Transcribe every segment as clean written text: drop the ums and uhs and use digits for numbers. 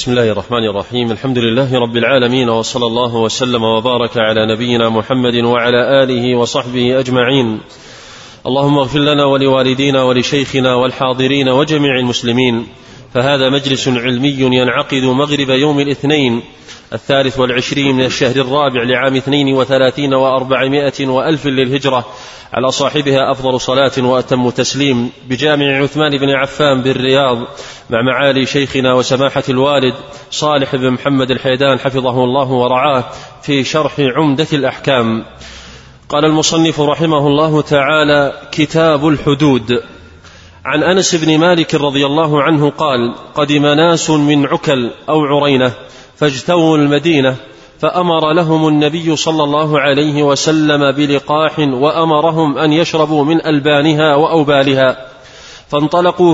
بسم الله الرحمن الرحيم. الحمد لله رب العالمين، وصلى الله وسلم وبارك على نبينا محمد وعلى آله وصحبه أجمعين. اللهم اغفر لنا ولوالدينا ولشيخنا والحاضرين وجميع المسلمين. فهذا مجلس علمي ينعقد مغرب يوم الاثنين 23 من الشهر الرابع لعام 32 و400 وألف للهجرة، على صاحبها أفضل صلاة وأتم تسليم، بجامع عثمان بن عفان بالرياض، مع معالي شيخنا وسماحة الوالد صالح بن محمد الحيدان حفظه الله ورعاه، في شرح عمدة الأحكام. قال المصنف رحمه الله تعالى: كتاب الحدود. عن أنس بن مالك رضي الله عنه قال: قدم ناس من عكل أو عرينة فاجتووا المدينة، فأمر لهم النبي صلى الله عليه وسلم بلقاح، وأمرهم أن يشربوا من ألبانها وأوبالها، فانطلقوا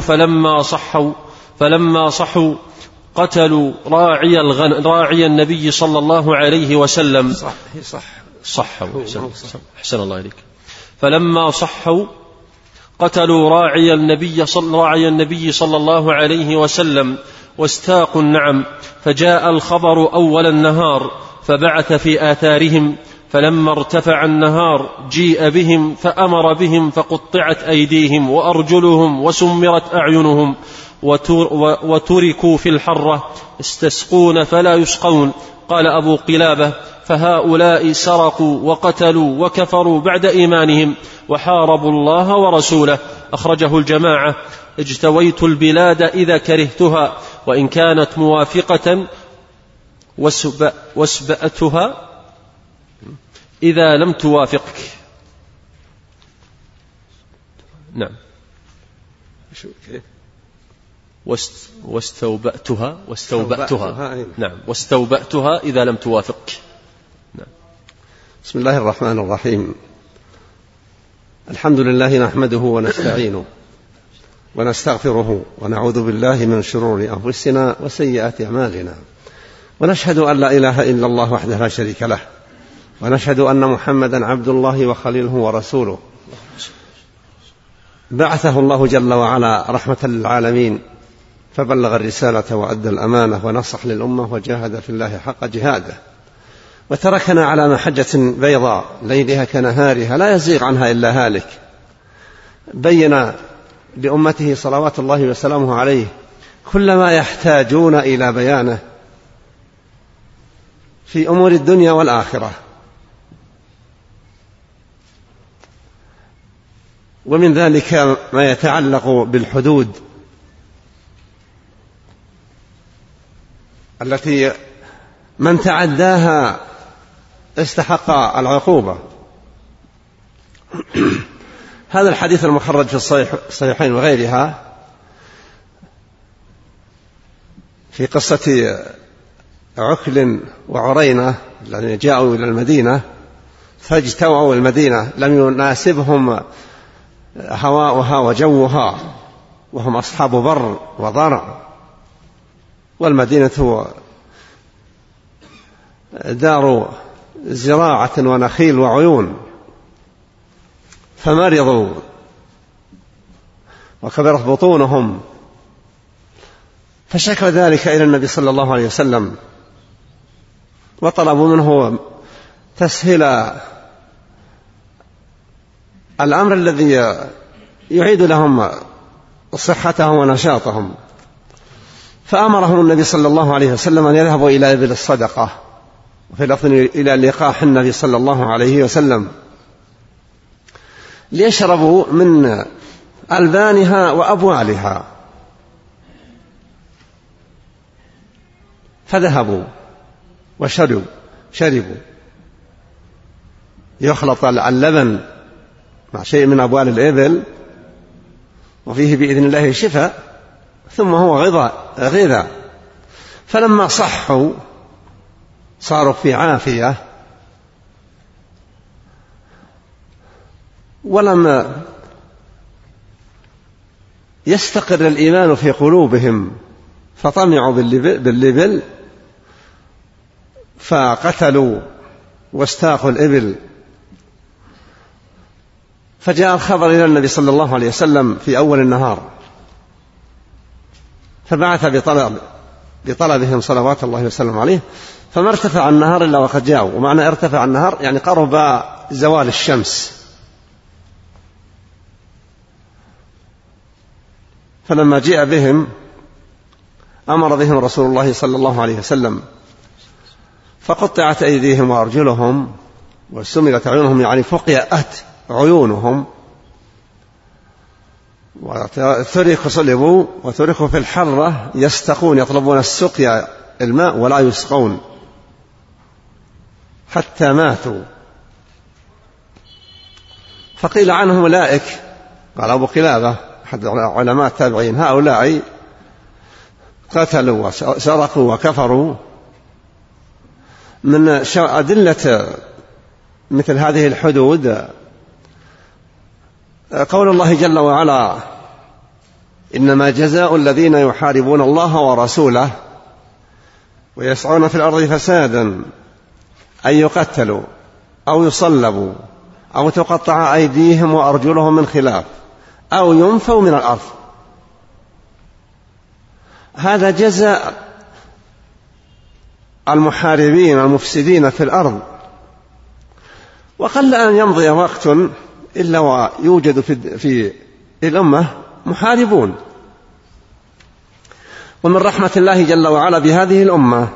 فلما صحوا قتلوا راعي النبي صلى الله عليه وسلم. أحسن الله إليك. فلما صحوا قتلوا راعي النبي صلى الله عليه وسلم واستاقوا النعم، فجاء الخبر أول النهار فبعث في آثارهم، فلما ارتفع النهار جيء بهم فأمر بهم، فقطعت أيديهم وأرجلهم وسمرت أعينهم، وتركوا في الحرة استسقون فلا يسقون. قال أبو قلابة: فهؤلاء سرقوا وقتلوا وكفروا بعد إيمانهم وحاربوا الله ورسوله. أخرجه الجماعة. اجتويت البلاد إذا كرهتها، وإن كانت موافقة، واسبأتها إذا لم توافقك. نعم. واستوبأتها نعم، واستوبأتها إذا لم توافقك. نعم. بسم الله الرحمن الرحيم. الحمد لله نحمده ونستعينه ونستغفره، ونعوذ بالله من شرور أنفسنا وسيئات أعمالنا، ونشهد أن لا إله إلا الله وحده لا شريك له، ونشهد أن محمدا عبد الله وخليله ورسوله، بعثه الله جل وعلا رحمة للعالمين، فبلغ الرسالة وأدى الأمانة ونصح للأمة وجاهد في الله حق جهاده، وتركنا على محجة بيضاء ليلها كنهارها لا يزيغ عنها إلا هالك. بين لأمته صلوات الله وسلامه عليه كل ما يحتاجون إلى بيانه في أمور الدنيا والآخرة، ومن ذلك ما يتعلق بالحدود التي من تعداها استحق العقوبة. هذا الحديث المخرج في الصحيحين وغيرها في قصة عكل وعرينة الذين جاءوا إلى المدينة فاجتوعوا المدينة، لم يناسبهم هواؤها وجوها، وهم أصحاب بر وضرع، والمدينة دار زراعة ونخيل وعيون، فمرضوا وكبرت بطونهم، فشكوا ذلك إلى النبي صلى الله عليه وسلم، وطلبوا منه تسهيل الأمر الذي يعيد لهم صحتهم ونشاطهم، فأمرهم النبي صلى الله عليه وسلم أن يذهبوا إلى إبل الصدقة، وفي لفظ إلى لقاح النبي صلى الله عليه وسلم، ليشربوا من ألبانها وأبوالها. فذهبوا وشربوا يخلط اللبن مع شيء من أبوال الإبل، وفيه بإذن الله شفاء، ثم هو غذاء. فلما صحوا صاروا في عافية، ولم يستقر الإيمان في قلوبهم، فطمعوا باللبل فقتلوا واستاقوا الإبل. فجاء الخبر إلى النبي صلى الله عليه وسلم في أول النهار، فبعث بطلبهم صلوات الله وسلم عليه، فما ارتفع النهار إلا وقد جاءوا. ومعنى ارتفع النهار يعني قرب زوال الشمس. فلما جاء بهم أمر بهم رسول الله صلى الله عليه وسلم، فقطعت أيديهم وأرجلهم وسملت عيونهم، يعني فقئت عيونهم، وتركوا صلبوا وتركوا في الحرة يستقون، يطلبون السقيا الماء ولا يسقون حتى ماتوا. فقيل عنهم أولئك، قال أبو قلابة أحد علماء التابعين، هؤلاء قتلوا وسرقوا وكفروا. من أدلة مثل هذه الحدود قول الله جل وعلا: إنما جزاء الذين يحاربون الله ورسوله ويسعون في الأرض فسادا أن يقتلوا أو يصلبوا أو تقطع أيديهم وأرجلهم من خلاف أو ينفوا من الأرض. هذا جزاء المحاربين المفسدين في الأرض. وقل أن يمضي وقت إلا ويوجد في الأمة محاربون. ومن رحمة الله جل وعلا بهذه الأمة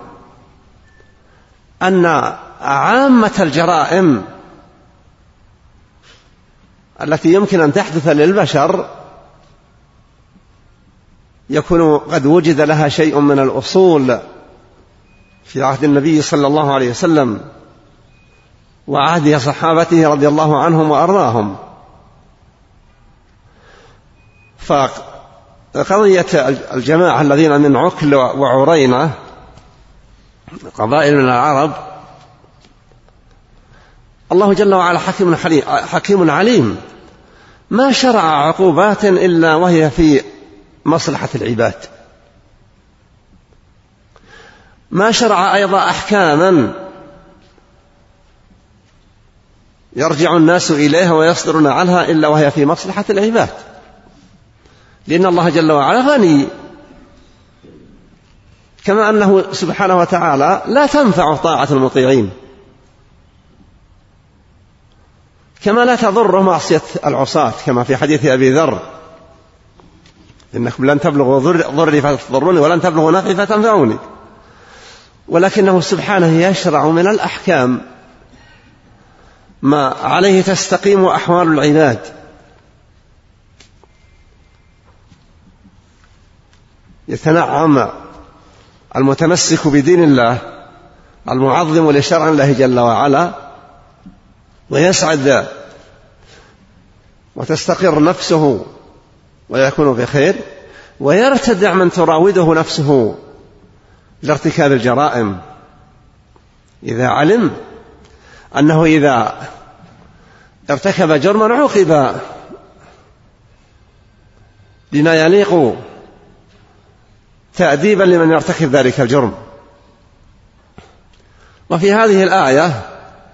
أن عامة الجرائم التي يمكن أن تحدث للبشر يكون قد وجد لها شيء من الأصول في عهد النبي صلى الله عليه وسلم وعهد صحابته رضي الله عنهم وأرضاهم. فقضية الجماعة الذين من عكل وعرينة، قبائل من العرب، الله جل وعلا حكيم عليم، ما شرع عقوبات إلا وهي في مصلحة العباد، ما شرع أيضا أحكاما يرجع الناس إليها ويصدرون عنها إلا وهي في مصلحة العباد، لأن الله جل وعلا غني، كما أنه سبحانه وتعالى لا تنفع طاعة المطيعين، كما لا تضر معصية العصاة، كما في حديث أبي ذر: إنكم لن تبلغوا ضري فتضروني ولن تبلغوا نفعي فتنفعوني. ولكنه سبحانه يشرع من الأحكام ما عليه تستقيم أحوال العباد. يتنعم المتمسك بدين الله المعظم لشرع الله جل وعلا، ويسعد وتستقر نفسه ويكون بخير، ويرتدع من تراوده نفسه لارتكاب الجرائم، إذا علم أنه إذا ارتكب جرما عوقب بما يليق تأديبا لمن يرتكب ذلك الجرم. وفي هذه الآية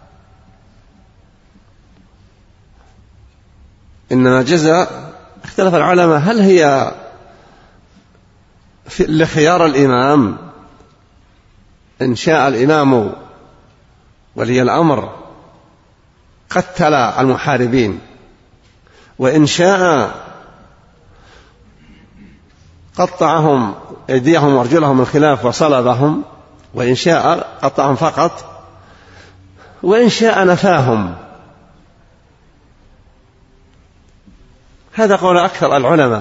إنما جزاء، اختلف العلماء هل هي لخيار الإمام إن شاء الإمام ولي الأمر قتل المحاربين، وإن شاء قطعهم أيديهم وأرجلهم من خلاف وصلبهم، وإن شاء قطعهم فقط، وإن شاء نفاهم. هذا قول أكثر العلماء.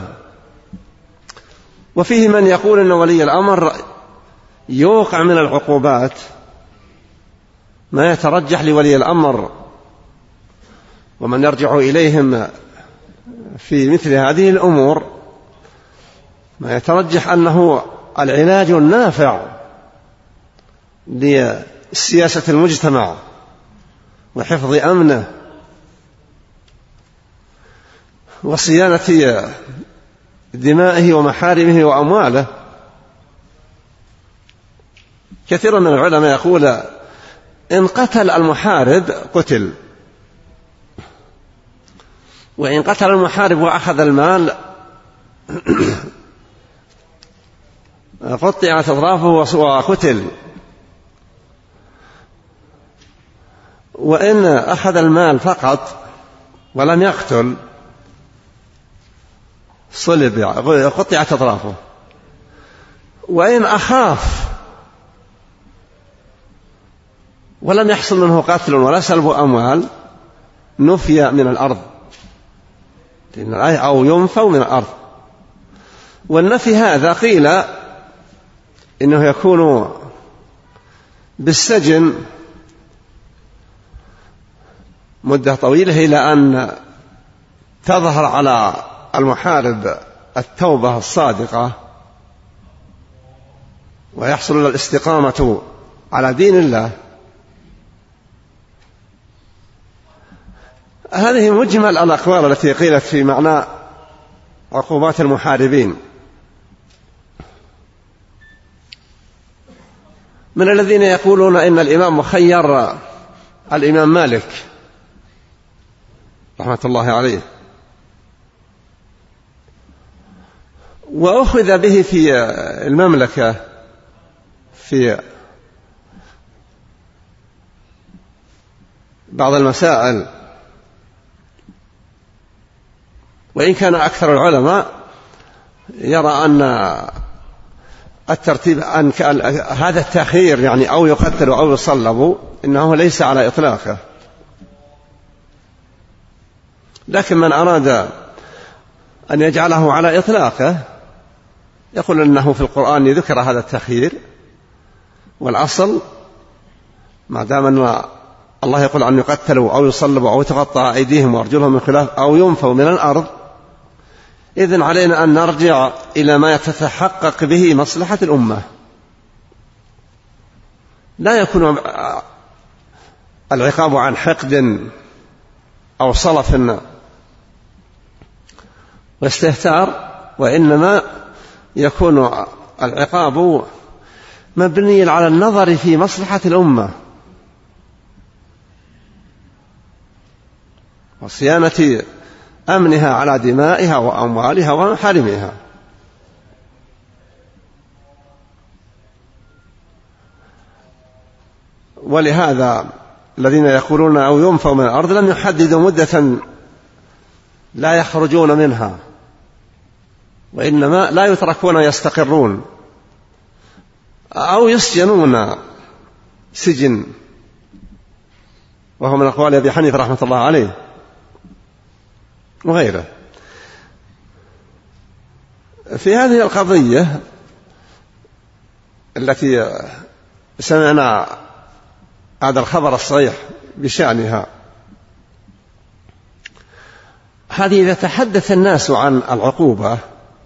وفيه من يقول أن ولي الأمر يوقع من العقوبات ما يترجح لولي الأمر ومن يرجع إليهم في مثل هذه الأمور، ما يترجح أنه العلاج النافع لسياسة المجتمع وحفظ أمنه وصيانة دمائه ومحارمه وأمواله. كثير من العلماء يقول إن قتل المحارب قتل، وإن قتل المحارب وأخذ المال قطعت أطرافه وقتل. وإن أخذ المال فقط ولم يقتل صلب، قطعت أطرافه. وإن أخاف ولم يحصل منه قتل ولا سلب أموال نفي من الأرض، أو ينفى من الأرض. والنفي هذا قيل إنه يكون بالسجن مدة طويلة إلى أن تظهر على المحارب التوبة الصادقة ويحصل الاستقامة على دين الله. هذه مجمل الأقوال التي قيلت في معنى عقوبات المحاربين. من الذين يقولون إن الإمام مخير الإمام مالك رحمة الله عليه، وأخذ به في المملكة في بعض المسائل، وإن كان أكثر العلماء يرى أن الترتيب أن هذا التأخير يعني أو يقتل أو يصلب إنه ليس على إطلاقه، لكن من أراد أن يجعله على إطلاقه يقول أنه في القرآن ذكر هذا التأخير، والأصل ما دام أن الله يقول أن يقتلوا أو يصلبوا أو تقطع أيديهم وأرجلهم من خلاف أو ينفوا من الأرض، إذن علينا أن نرجع إلى ما يتحقق به مصلحة الأمة. لا يكون العقاب عن حقد أو صلف واستهتار، وإنما يكون العقاب مبني على النظر في مصلحة الأمة وصيانة أمنها على دمائها وأموالها ومحارمها. ولهذا الذين يقولون أو ينفوا من الأرض لم يحددوا مدة لا يخرجون منها، وإنما لا يتركون يستقرون أو يسجنون سجن، وهو من أقوال أبي حنيفة رحمة الله عليه وغيره. في هذه القضية التي سمعنا هذا الخبر الصحيح بشأنها، هذه إذا تحدث الناس عن العقوبة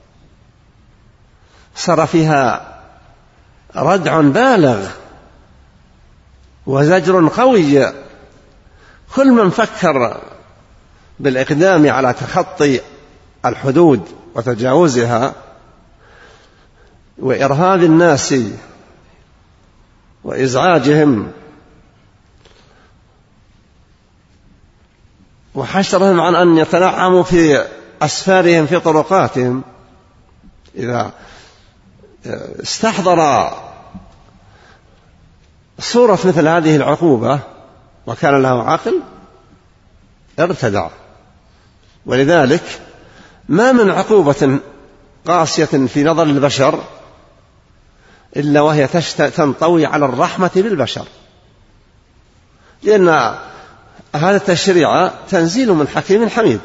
صار فيها ردع بالغ وزجر قوي. كل من فكر بالإقدام على تخطي الحدود وتجاوزها وإرهاب الناس وإزعاجهم وحشرهم عن أن يتنعموا في أسفارهم في طرقاتهم، إذا استحضر صورة مثل هذه العقوبة وكان له عقل ارتدع. ولذلك ما من عقوبة قاسية في نظر البشر إلا وهي تنطوي على الرحمة بالبشر، لأن هذا التشريع تنزيل من حكيم حميد.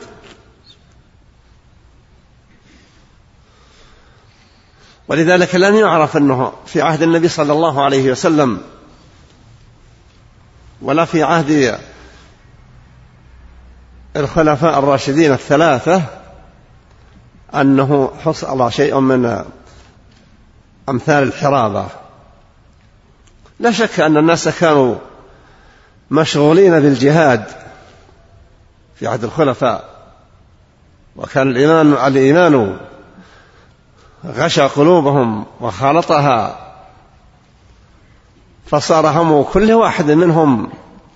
ولذلك لم يعرف أنه في عهد النبي صلى الله عليه وسلم ولا في عهد الخلفاء الراشدين الثلاثة أنه حصل شيء من أمثال الحرابة. لا شك أن الناس كانوا مشغولين بالجهاد في عهد الخلفاء، وكان الإيمان غشى قلوبهم وخالطها، فصار هم كل واحد منهم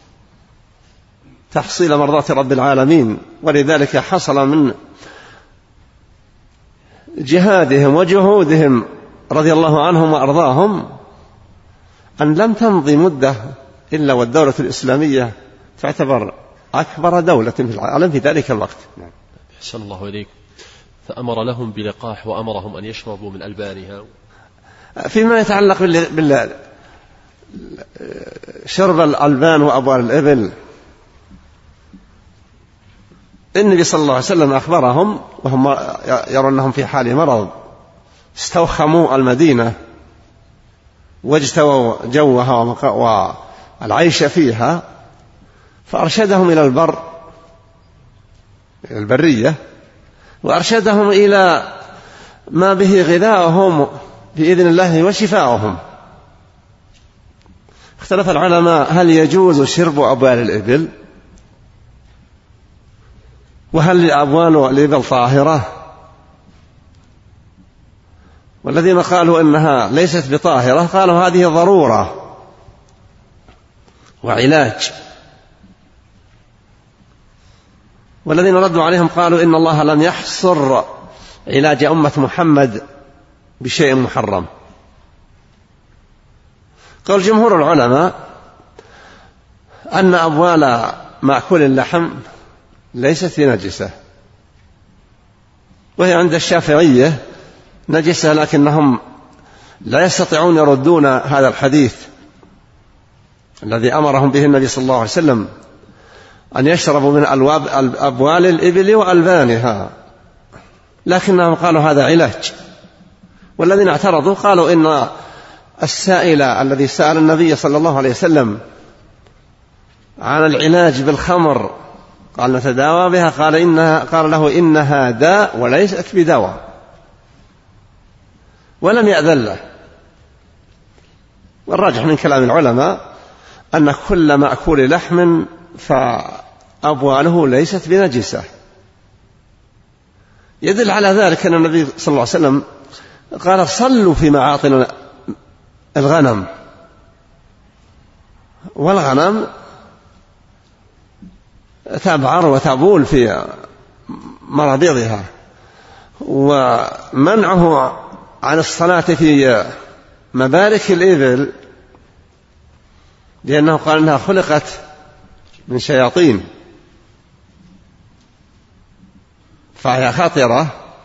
تحصيل مرضات رب العالمين. ولذلك حصل من جهادهم وجهودهم رضي الله عنهم وأرضاهم أن لم تمضي مدة إلا والدولة الإسلامية تعتبر أكبر دولة في العالم في ذلك الوقت. أحسن الله إليك. فأمر لهم بلقاح وأمرهم أن يشربوا من ألبانها. فيما يتعلق شرب الألبان وأبوال الإبل، النبي صلى الله عليه وسلم أخبرهم وهم يرونهم في حال مرض، استوخموا المدينة واجتووا جوها والعيش فيها، فأرشدهم إلى البرية، وأرشدهم إلى ما به غذاؤهم بإذن الله وشفاؤهم. اختلف العلماء هل يجوز شرب أبوال الإبل، وهل أبوال الإبل طاهرة، والذين قالوا إنها ليست بطاهرة قالوا هذه ضرورة وعلاج، والذين ردوا عليهم قالوا إن الله لم يحصر علاج أمة محمد بشيء محرم. قال جمهور العلماء أن أبوال مأكول اللحم ليست بنجسة، وهي عند الشافعية نجسة، لكنهم لا يستطيعون يردون هذا الحديث الذي أمرهم به النبي صلى الله عليه وسلم أن يشربوا من أبوال الإبل وألبانها، لكنهم قالوا هذا علاج. والذين اعترضوا قالوا إن السائل الذي سأل النبي صلى الله عليه وسلم عن العلاج بالخمر قال نتداوى بها، قال له إنها داء وليست بدواء، ولم يأذن له. والراجح من كلام العلماء أن كل مأكول لحم فأبواله ليست بنجسة. يدل على ذلك أن النبي صلى الله عليه وسلم قال صلوا في معاطن الغنم، والغنم تبعر وتبول في مرابضها، ومنعه عن الصلاة في مبارك الإبل لأنه قال إنها خلقت من شياطين فهي خطرة،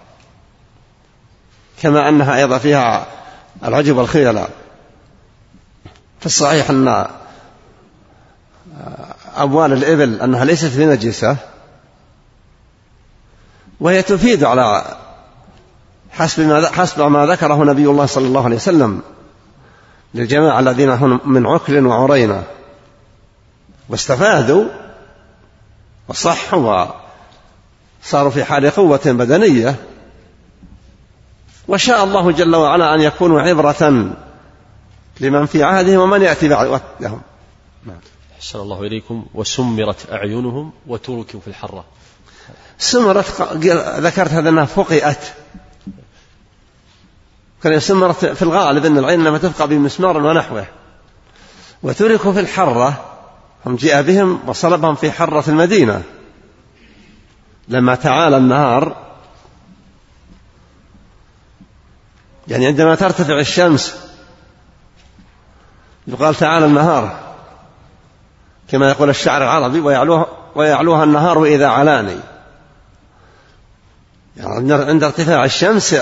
كما أنها أيضا فيها العجب والخيلاء. في الصحيح أن أبوال الإبل أنها ليست بنجسة، وهي تفيد على حسب ما ذكره نبي الله صلى الله عليه وسلم للجماعة الذين هم من عكل وعرينة واستفادوا وصحوا وصاروا في حال قوة بدنية، وشاء الله جل وعلا أن يكونوا عبرة لمن في عهدهم ومن يأتي بعدهم. أحسن الله إليكم. وسمرت أعينهم وتركوا في الحرة. سمرت ذكرت هذا أنها فقئت، كان سمرت في الغالب أن العين لما تبقى بمسمار ونحوه، وتركوا في الحرة، هم جاء بهم وصلبهم في حرة المدينة لما تعالى النهار، يعني عندما ترتفع الشمس يقال تعالى النهار، كما يقول الشاعر العربي ويعلوها النهار إذا علاني، يعني عند ارتفاع الشمس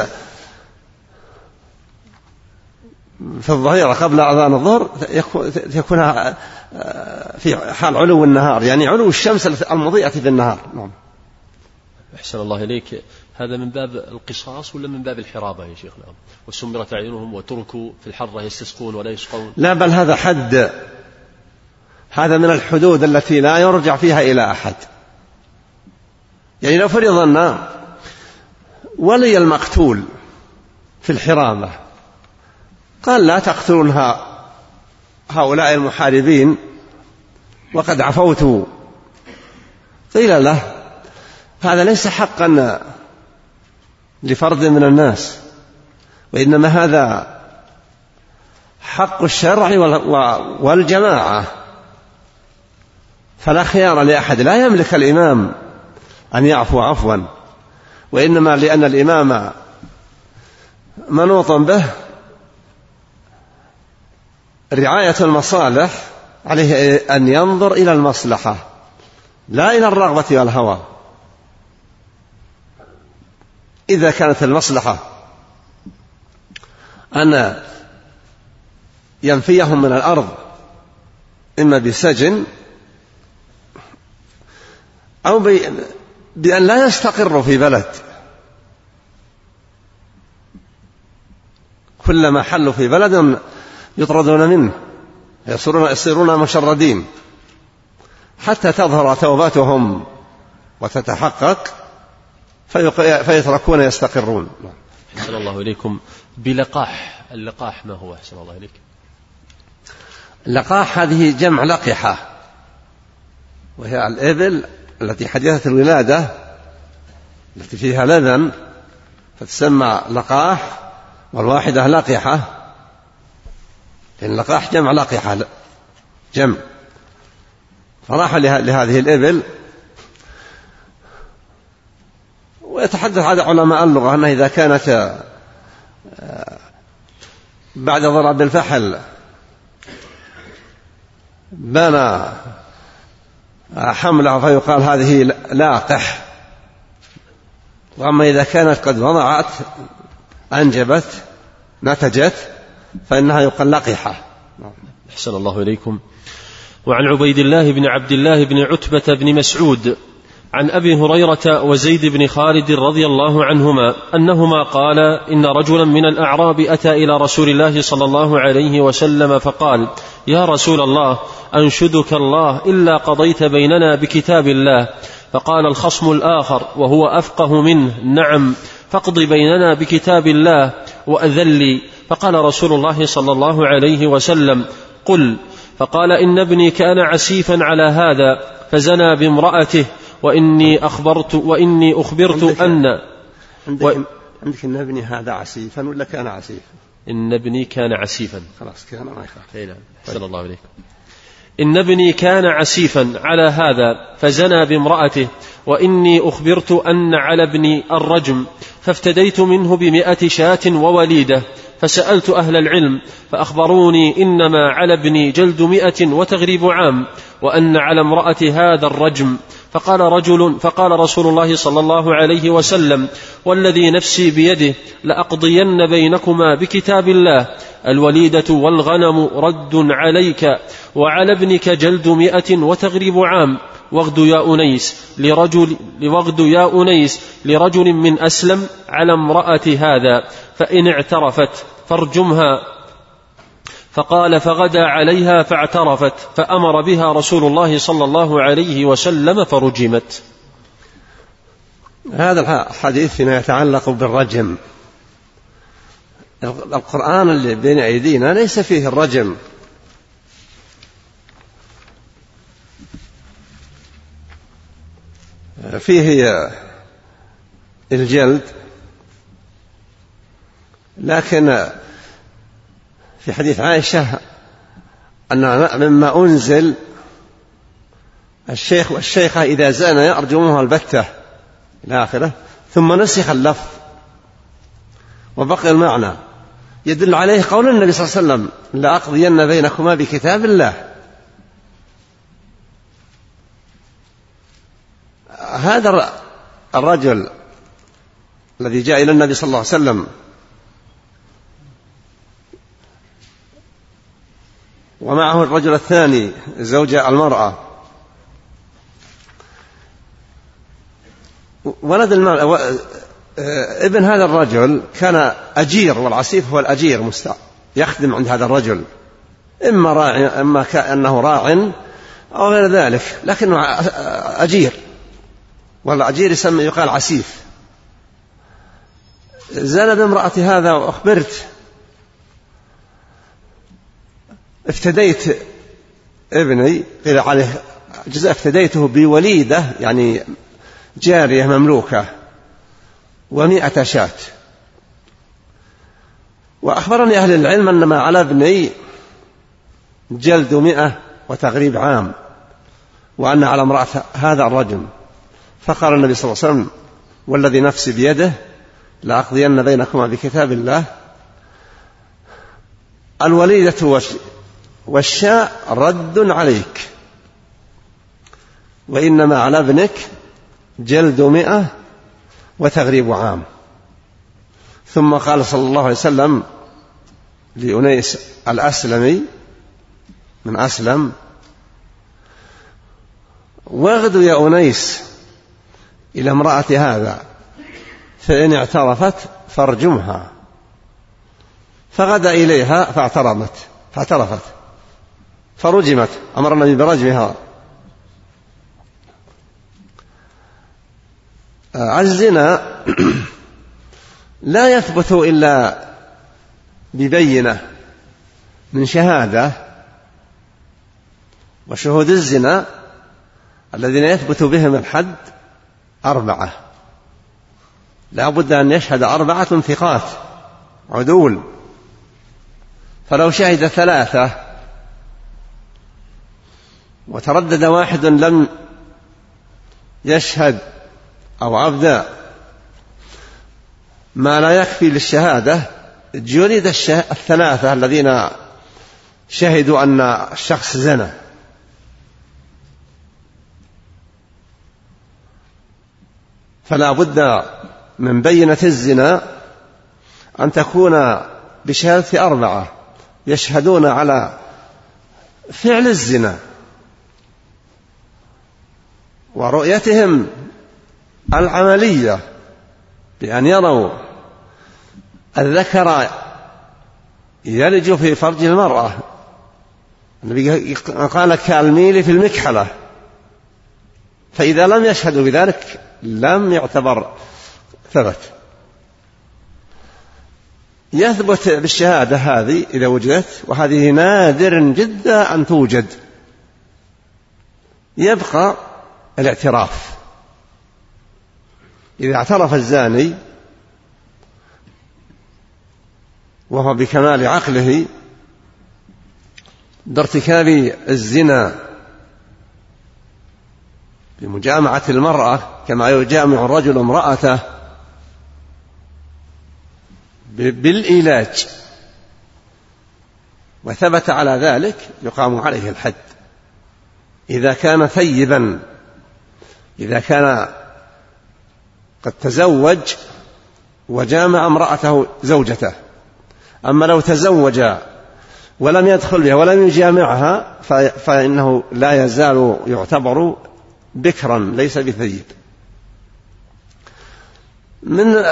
في الظهيرة قبل أذان الظهر يكون في حال علو النهار، يعني علو الشمس المضيئة في النهار. نعم. أحسن الله إليك. هذا من باب القصاص ولا من باب الحرابة يا شيخنا؟ وسمرت أعينهم وتركوا في الحرة يستسقون ولا يسقون. لا، بل هذا حد، هذا من الحدود التي لا يرجع فيها إلى أحد. يعني لو فرضنا ولي المقتول في الحرابة قال لا تقتلون هؤلاء المحاربين وقد عفوت، قيل له هذا ليس حقا لفرد من الناس، وإنما هذا حق الشرع والجماعة، فلا خيار لأحد، لا يملك الإمام أن يعفو عفوا، وإنما لأن الإمام منوط به رعاية المصالح عليه أن ينظر إلى المصلحة لا إلى الرغبة والهوى. إذا كانت المصلحة أن ينفيهم من الأرض إما بسجن أو بأن لا يستقروا في بلد، كلما حلوا في بلد يطردون منه، يصيرون مشردين حتى تظهر توبتهم وتتحقق فيتركون يستقرون. أحسن الله إليكم. بلقاح، اللقاح ما هو؟ أحسن الله إليك. اللقاح هذه جمع لقحة، وهي الإبل التي حديثة الولادة التي فيها لبن فتسمى لقاح، والواحدة لقحة، لأن اللقاح جمع لقحة جمع. فراح لهذه الإبل. ويتحدث عن علماء اللغة أنها إذا كانت بعد ضرب الفحل بنى حمله فيقال هذه لاقح، وأما إذا كانت قد وضعت أنجبت نتجت فإنها يقال لقحة. أحسن الله إليكم. وعن عبيد الله بن عبد الله بن عتبة بن مسعود عن أبي هريرة وزيد بن خالد رضي الله عنهما أنهما قالا إن رجلا من الأعراب أتى إلى رسول الله صلى الله عليه وسلم فقال: يا رسول الله، أنشدك الله إلا قضيت بيننا بكتاب الله. فقال الخصم الآخر وهو أفقه منه: نعم، فاقض بيننا بكتاب الله وأذن لي. فقال رسول الله صلى الله عليه وسلم: قل. فقال: إن ابني كان عسيفا على هذا فزنى بامرأته، وإني أخبرت أن عندك إن ابني هذا عسيفا ولا كان عسيفا؟ إن ابني كان عسيفا. خلاص كان ما يخاف. أحسن الله عليكم. إن ابني كان عسيفا على هذا فزنى بامرأته، وإني أخبرت أن على ابني الرجم، فافتديت منه ب100 شاة ووليدة. فسألت أهل العلم فأخبروني إنما على ابني جلد 100 وتغريب عام، وأن على امرأة هذا الرجم. فقال رسول الله صلى الله عليه وسلم: والذي نفسي بيده لأقضين بينكما بكتاب الله، الوليدة والغنم رد عليك، وعلى ابنك جلد 100 وتغريب عام. واغد يا أنيس لرجل من أسلم على امرأة هذا، فإن اعترفت فارجمها. فقال: فغدا عليها فاعترفت، فأمر بها رسول الله صلى الله عليه وسلم فرجمت. هذا الحديث فيما يتعلق بالرجم. القرآن اللي بين أيدينا ليس فيه الرجم، فيه الجلد، لكن في حديث عائشة أن مما أنزل الشيخ والشيخة إذا زانا يرجموها البتة إلى آخره، ثم نسخ اللفظ وبقي المعنى، يدل عليه قول النبي صلى الله عليه وسلم: لأقضين بينكما بكتاب الله. هذا الرجل الذي جاء إلى النبي صلى الله عليه وسلم ومعه الرجل الثاني زوج المرأة، ابن هذا الرجل كان أجير، والعسيف هو الأجير يخدم عند هذا الرجل، إما راعي إما كأنه راع أو غير ذلك، لكنه أجير، والأجير يقال عسيف. زال بامرأة هذا وأخبرت، افتديت ابني، قيل عليه جزاء، افتديته بوليدة يعني جارية مملوكة 100 شاة. وأخبرني أهل العلم أن ما على ابني جلد 100 وتغريب عام، وأن على امرأة هذا الرجم. فقال النبي صلى الله عليه وسلم: والذي نفسي بيده لأقضين بينكما بكتاب الله، الوليدة والشاء رد عليك، وإنما على ابنك جلد 100 وتغريب عام. ثم قال صلى الله عليه وسلم لأنيس الأسلمي من أسلم: واغدو يا أنيس إلى امرأة هذا، فإن اعترفت فارجمها. فغدا إليها فاعترفت فرجمت، أمر النبي برجمها. الزنا لا يثبت إلا ببينة من شهادة، وشهود الزنا الذين يثبت بهم الحد 4، لا بد أن يشهد 4 ثقات عدول، فلو شهد 3 وتردد واحد لم يشهد أو عبد ما لا يكفي للشهادة، جلد 3 الذين شهدوا أن الشخص زنى. فلا بد من بينة الزنا أن تكون بشهادة 4 يشهدون على فعل الزنا ورؤيتهم العملية، بأن يروا الذكر يلج في فرج المرأة. النبي قال كالميل في المكحلة، فإذا لم يشهدوا بذلك لم يعتبر ثبت. يثبت بالشهادة هذه إذا وجدت، وهذه نادر جدا أن توجد. يبقى الاعتراف. إذا اعترف الزاني وهو بكمال عقله بارتكاب الزنا بمجامعة المرأة كما يجامع الرجل امرأته بالإيلاج، وثبت على ذلك يقام عليه الحد. إذا كان ثيبا، إذا كان قد تزوج وجامع امرأته زوجته. أما لو تزوج ولم يدخل بها ولم يجامعها فإنه لا يزال يعتبر بكرا ليس بثيب. من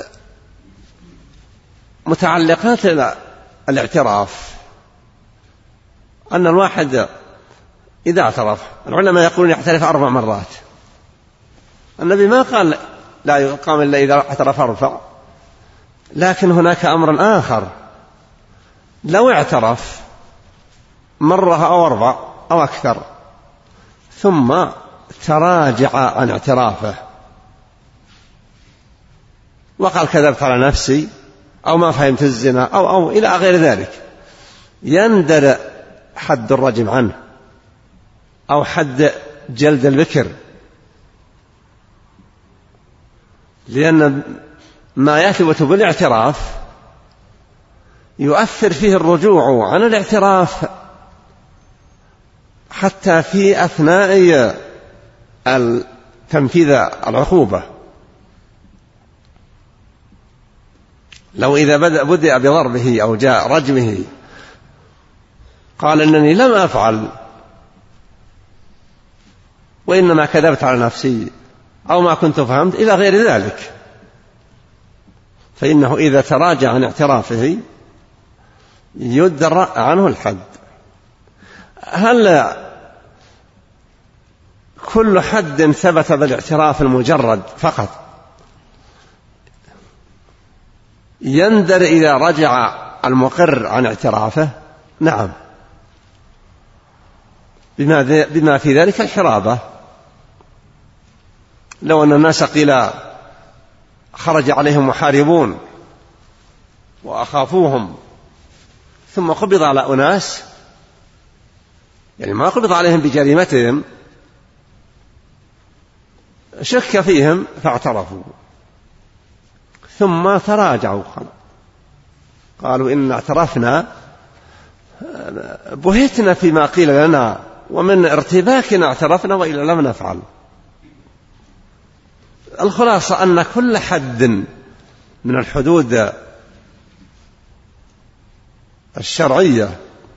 متعلقات الاعتراف أن الواحد إذا اعترف، العلماء يقولون يعترف 4 مرات. النبي ما قال لا يقام إلا إذا اعترف 4، لكن هناك أمر آخر، لو اعترف مرة أو 4 أو أكثر ثم تراجع عن اعترافه وقال كذبت على نفسي أو ما فهمت الزنا أو إلى غير ذلك، يندر حد الرجم عنه أو حد جلد البكر، لأن ما يثبت بالاعتراف يؤثر فيه الرجوع عن الاعتراف حتى في أثناء تنفيذ العقوبة. لو إذا بدأ بضربه أو جاء رجمه قال إنني لم أفعل وإنما كذبت على نفسي أو ما كنت فهمت إلى غير ذلك، فإنه إذا تراجع عن اعترافه يدرأ عنه الحد. هل كل حد ثبت بالاعتراف المجرد فقط يندر إذا رجع المقر عن اعترافه؟ نعم، بما في ذلك الحرابة. لو أن الناس قيل خرج عليهم محاربون وأخافوهم ثم قبض على أناس، يعني ما قبض عليهم بجريمتهم، شك فيهم فاعترفوا ثم تراجعوا قالوا إن اعترفنا بهتنا فيما قيل لنا، ومن ارتباكنا اعترفنا وإلا لم نفعل. الخلاصة أن كل حد من الحدود الشرعية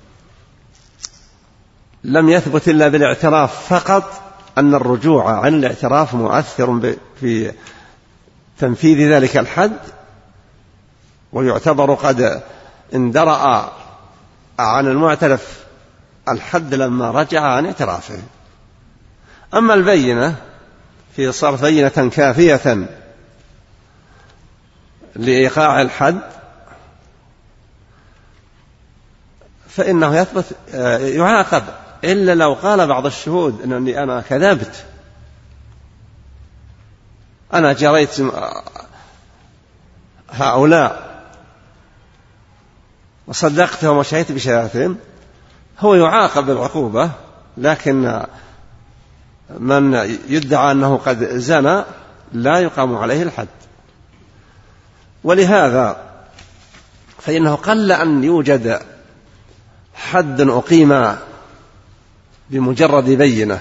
لم يثبت إلا بالاعتراف فقط، أن الرجوع عن الاعتراف مؤثر في تنفيذ ذلك الحد، ويعتبر قد اندرأ عن المعترف الحد لما رجع عن اعترافه. أما البينة في صارت بينة كافية لإيقاع الحد فإنه يثبت يعاقب، إلا لو قال بعض الشهود أنني أنا كذبت، أنا جريت هؤلاء وصدقتهم وشهدت بشهادتهم، هو يعاقب بالعقوبة. لكن من يدعى أنه قد زنى لا يقام عليه الحد. ولهذا فإنه قل أن يوجد حد أقيم بمجرد بينة.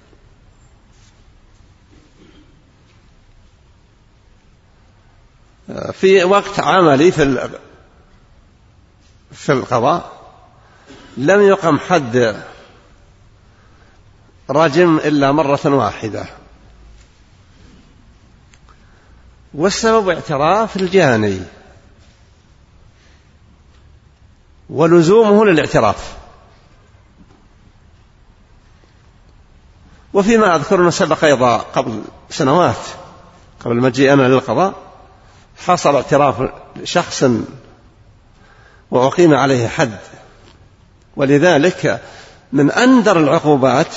في وقت عملي في القضاء لم يقم حد رجم إلا مرة واحدة، والسبب اعتراف الجاني ولزومه للاعتراف. وفيما أذكر أنه سبق أيضا قبل سنوات قبل مجيئنا للقضاء حصل اعتراف شخص وأقيم عليه حد. ولذلك من أندر العقوبات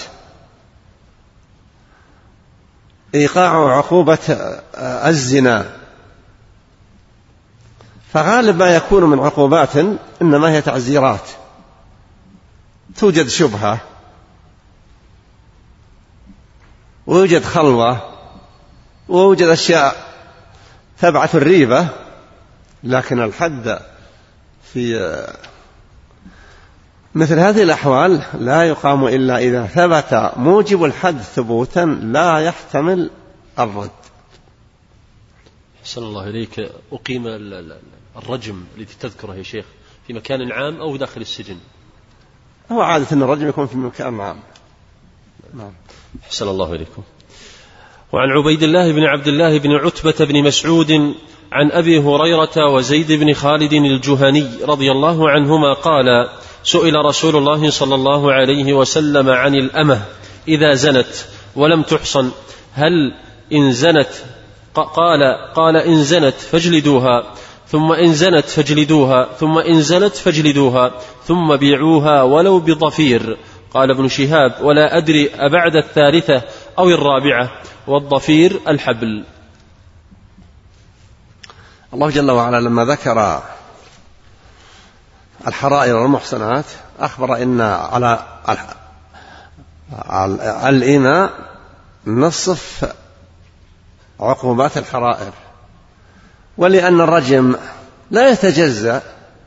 إيقاع عقوبة الزنا، فغالب ما يكون من عقوبات إنما هي تعزيرات، توجد شبهة ويوجد خلوة ويوجد أشياء تبعث الريبة. لكن الحد في مثل هذه الأحوال لا يقام إلا إذا ثبت موجب الحد ثبوتا لا يحتمل الرد. أحسن الله إليك. أقيم الرجم الذي تذكره يا شيخ في مكان عام أو داخل السجن؟ هو عادة أن الرجم يكون في مكان عام. نعم. أحسن الله إليكم. وعن عبيد الله بن عبد الله بن عتبة بن مسعود عن أبي هريرة وزيد بن خالد الجهني رضي الله عنهما قال: سئل رسول الله صلى الله عليه وسلم عن الأمة إذا زنت ولم تحصن هل إن زنت؟ قال إن زنت فاجلدوها، ثم إن زنت فاجلدوها، ثم إن زنت فاجلدوها، ثم بيعوها ولو بضفير. قال ابن شهاب: ولا أدري أبعد الثالثة أو الرابعة، والضفير الحبل. الله جل وعلا لما ذكر الحرائر والمحصنات أخبر إن على الإماء نصف عقوبات الحرائر، ولأن الرجم لا يتجزأ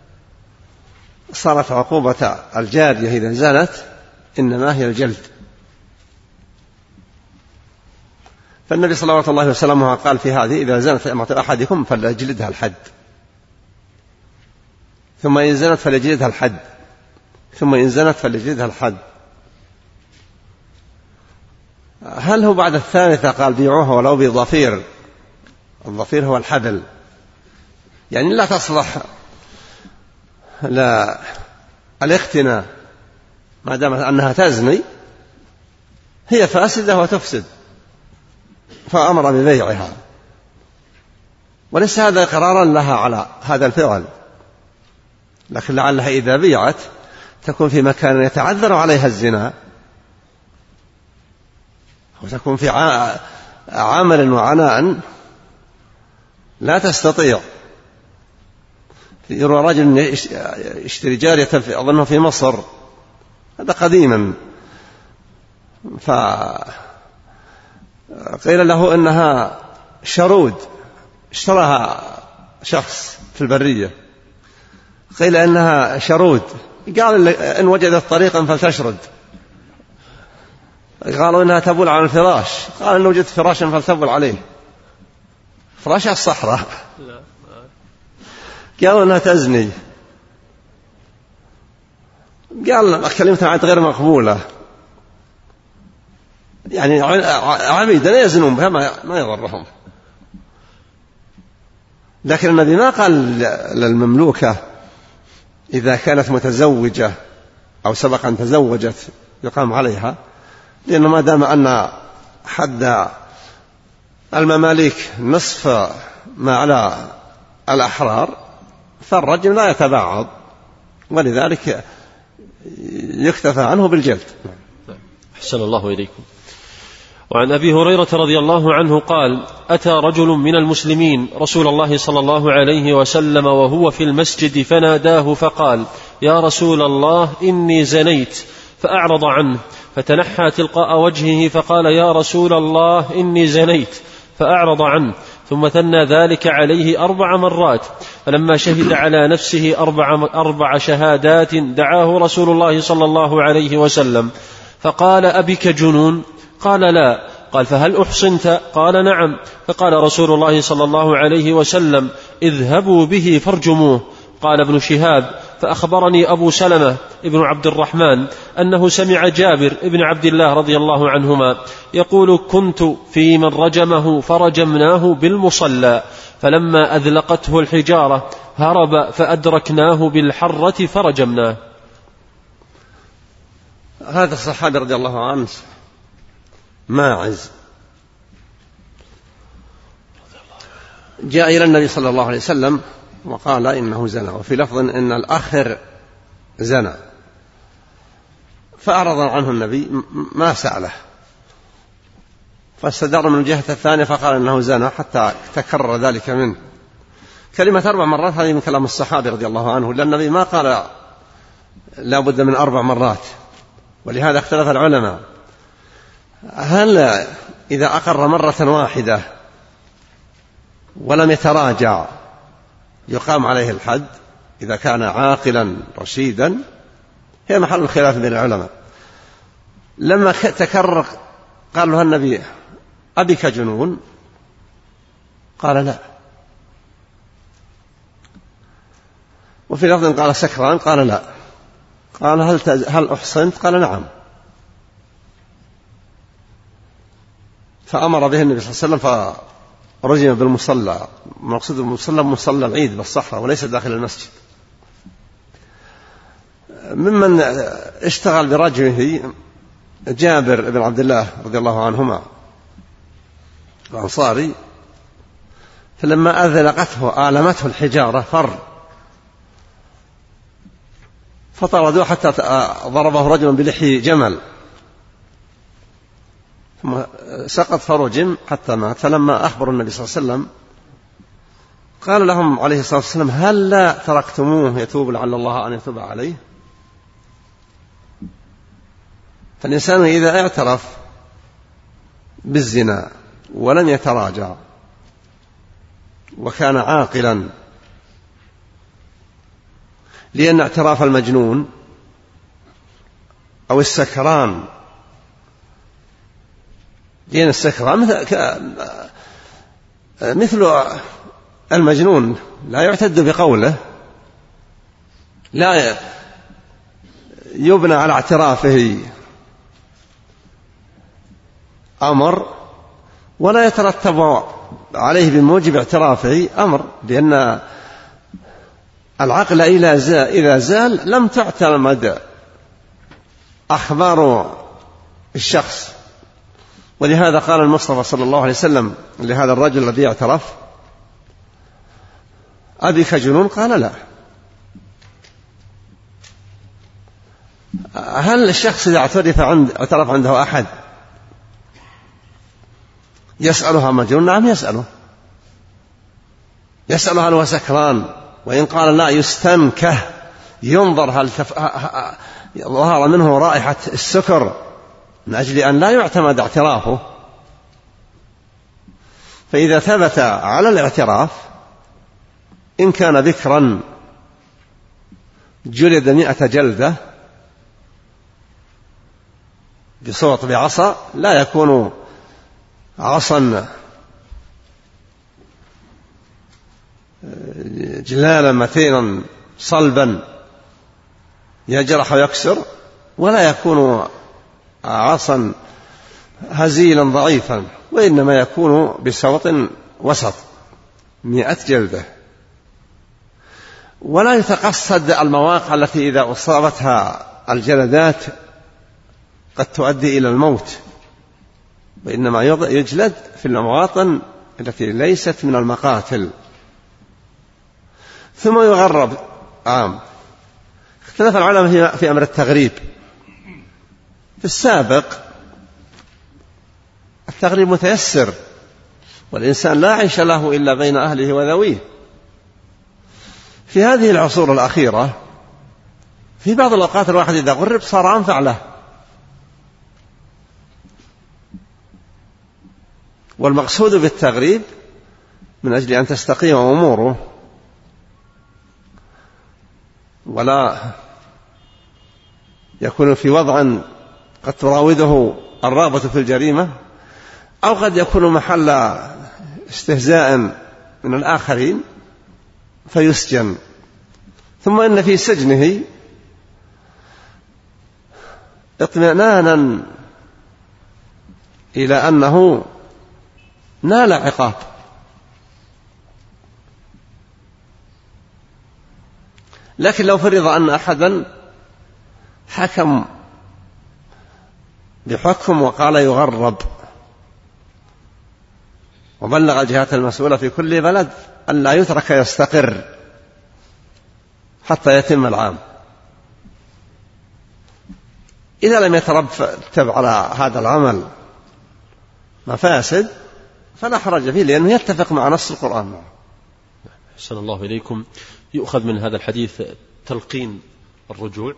صارت عقوبة الجارية إذا زنت إنما هي الجلد. فالنبي صلى الله عليه وسلم قال في هذه: إذا زنت امرأة أحدكم فليجلدها الحد، ثم إن زنت فليجلدها الحد، ثم إن زنت فليجلدها الحد. هل هو بعد الثالثة قال بيعوها ولو بضفير؟ الضفير هو الحبل، يعني لا تصلح لا الاختناء ما دام أنها تزني، هي فاسدة وتفسد، فأمر ببيعها، وليس هذا إقرارا لها على هذا الفعل، لكن لعلها إذا بيعت تكون في مكان يتعذر عليها الزنا، وتكون في عمل وعناء لا تستطيع. يروى رجل يشتري جارية أظنه في مصر، هذا قديما، فقيل له إنها شرود، اشتراها شخص في البرية، قيل إنها شرود قال إن وجدت طريقا فلتشرد. قالوا إنها تبول على الفراش، قال إن وجدت فراشا فلتبول عليه. فراش على الصحراء. قالوا إنها تزني، قال كلمتها عاد غير مقبولة، يعني عبيدا لا يزنون بها ما يضرهم. لكن النبي ما قال للمملوكة إذا كانت متزوجة أو سبق أن تزوجت يقام عليها، لأنه ما دام أن حد المماليك نصف ما على الأحرار فالرجل لا يتباعد، ولذلك يكتفى عنه بالجلد. أحسن الله إليكم. وعن أبي هريرة رضي الله عنه قال: أتى رجل من المسلمين رسول الله صلى الله عليه وسلم وهو في المسجد فناداه فقال: يا رسول الله إني زنيت، فأعرض عنه، فتنحى تلقاء وجهه فقال: يا رسول الله إني زنيت، فأعرض عنه، ثم ثنى ذلك عليه 4 مرات، فلما شهد على نفسه 4 شهادات دعاه رسول الله صلى الله عليه وسلم فقال: أبك جنون؟ قال: لا. قال: فهل أحصنت؟ قال: نعم. فقال رسول الله صلى الله عليه وسلم: اذهبوا به فارجموه. قال ابن شهاب: فأخبرني أبو سلمة ابن عبد الرحمن أنه سمع جابر ابن عبد الله رضي الله عنهما يقول: كنت في من رجمه فرجمناه بالمصلى، فلما أذلقته الحجارة هرب فأدركناه بالحرة فرجمناه. هذا الصحابي رضي الله عنه ماعز جاء إلى النبي صلى الله عليه وسلم وقال إنه زنى، وفي لفظ إن الآخر زنى، فأعرض عنه النبي ما سأله، فاستدار من الجهة الثانية فقال إنه زنى حتى تكرر ذلك منه. كلمة 4 مرات هذه من كلام الصحابي رضي الله عنه، لأن النبي ما قال لا بد من 4 مرات، ولهذا اختلف العلماء هل إذا أقر مرة واحدة ولم يتراجع يقام عليه الحد إذا كان عاقلا رشيدا؟ هي محل الخلاف بين العلماء. لما تكرر قال له النبي: أبك جنون؟ قال: لا. وفي لفظ قال: سكران؟ قال: لا. قال: هل أحصنت؟ قال: نعم. فأمر به النبي صلى الله عليه وسلم فرجم بالمصلى، مقصود بالمصلى مصلى العيد بالصحراء وليس داخل المسجد. ممن اشتغل برجمه جابر بن عبد الله رضي الله عنهما الأنصاري، فلما أذلقته آلمته الحجارة فطردوه حتى ضربه رجل بلحي جمل، ثم سقط فرجم حتى مات. فلما أخبروا النبي صلى الله عليه وسلم قال لهم عليه الصلاة والسلام: هل لا تركتموه يتوب لعل الله أن يتوب عليه؟ فالإنسان إذا اعترف بالزنا ولم يتراجع وكان عاقلا، لأن اعتراف المجنون أو السكران، لأن السكران مثل المجنون لا يعتد بقوله، لا يبنى على اعترافه أمر ولا يترتب عليه بموجب اعترافه أمر، لأن العقل إذا زال لم تعتمد أخبار الشخص. ولهذا قال المصطفى صلى الله عليه وسلم لهذا الرجل الذي اعترف: أبك جنون؟ قال: لا. هل الشخص إذا اعترف عنده أحد يسألها مجنون؟ نعم يسأله هل هو سكران، وإن قال لا يستنكه، ينظر هل ظهر منه رائحة السكر من أجل أن لا يعتمد اعترافه. فإذا ثبت على الاعتراف إن كان ذكرا جلد 100 جلدة بصوت بعصا لا يكون عصا جلالا متينا صلبا يجرح ويكسر، ولا يكون عصا هزيلا ضعيفا، وإنما يكون بصوت وسط 100 جلدة. ولا يتقصد المواقع التي إذا أصابتها الجلدات قد تؤدي إلى الموت، وإنما يجلد في المواطن التي ليست من المقاتل. ثم يغرب عام. اختلف العلماء في أمر التغريب. في السابق التغريب متيسر، والإنسان لا عيش له إلا بين أهله وذويه. في هذه العصور الأخيرة في بعض الأوقات الواحد إذا غرب صار أنفع له، والمقصود بالتغريب من أجل أن تستقيم أموره ولا يكون في وضع قد تراوده الرغبة في الجريمة، أو قد يكون محل استهزاء من الآخرين فيسجن. ثم إن في سجنه اطمئنانا إلى أنه نال عقاب. لكن لو فرض أن أحدا حكم بحكم وقال يغرب، وبلغ الجهات المسؤولة في كل بلد أن لا يترك يستقر حتى يتم العام، إذا لم يترتب على هذا العمل مفاسد فلا حرج فيه، لأنه يتفق مع نص القرآن. أحسن الله إليكم. يؤخذ من هذا الحديث تلقين الرجوع.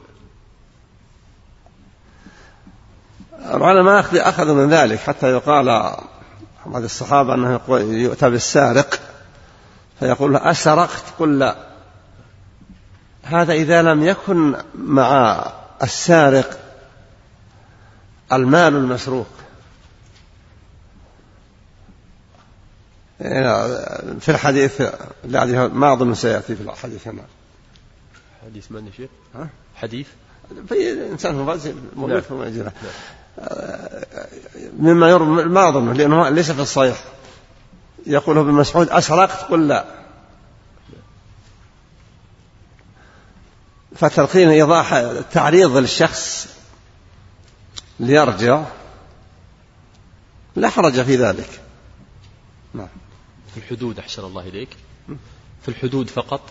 العلماء أخذوا من ذلك حتى يقال بعض الصحابة أنه يؤتى بالسارق فيقول له أسرقت؟ قل لا. هذا إذا لم يكن مع السارق المال المسروق. في الحديث ما أظن سيأتي في الحديث هنا. حديث من شيء؟ حديث في إنسان مفازل موجود في مجرى مما يرمى ما أظنه لأنه ليس في الصحيح. يقول ابن مسعود أسرقت؟ قل لا. فتلقين إيضاح تعريض للشخص ليرجع لا حرج في ذلك. نعم. في الحدود أحسن الله إليك، في الحدود فقط.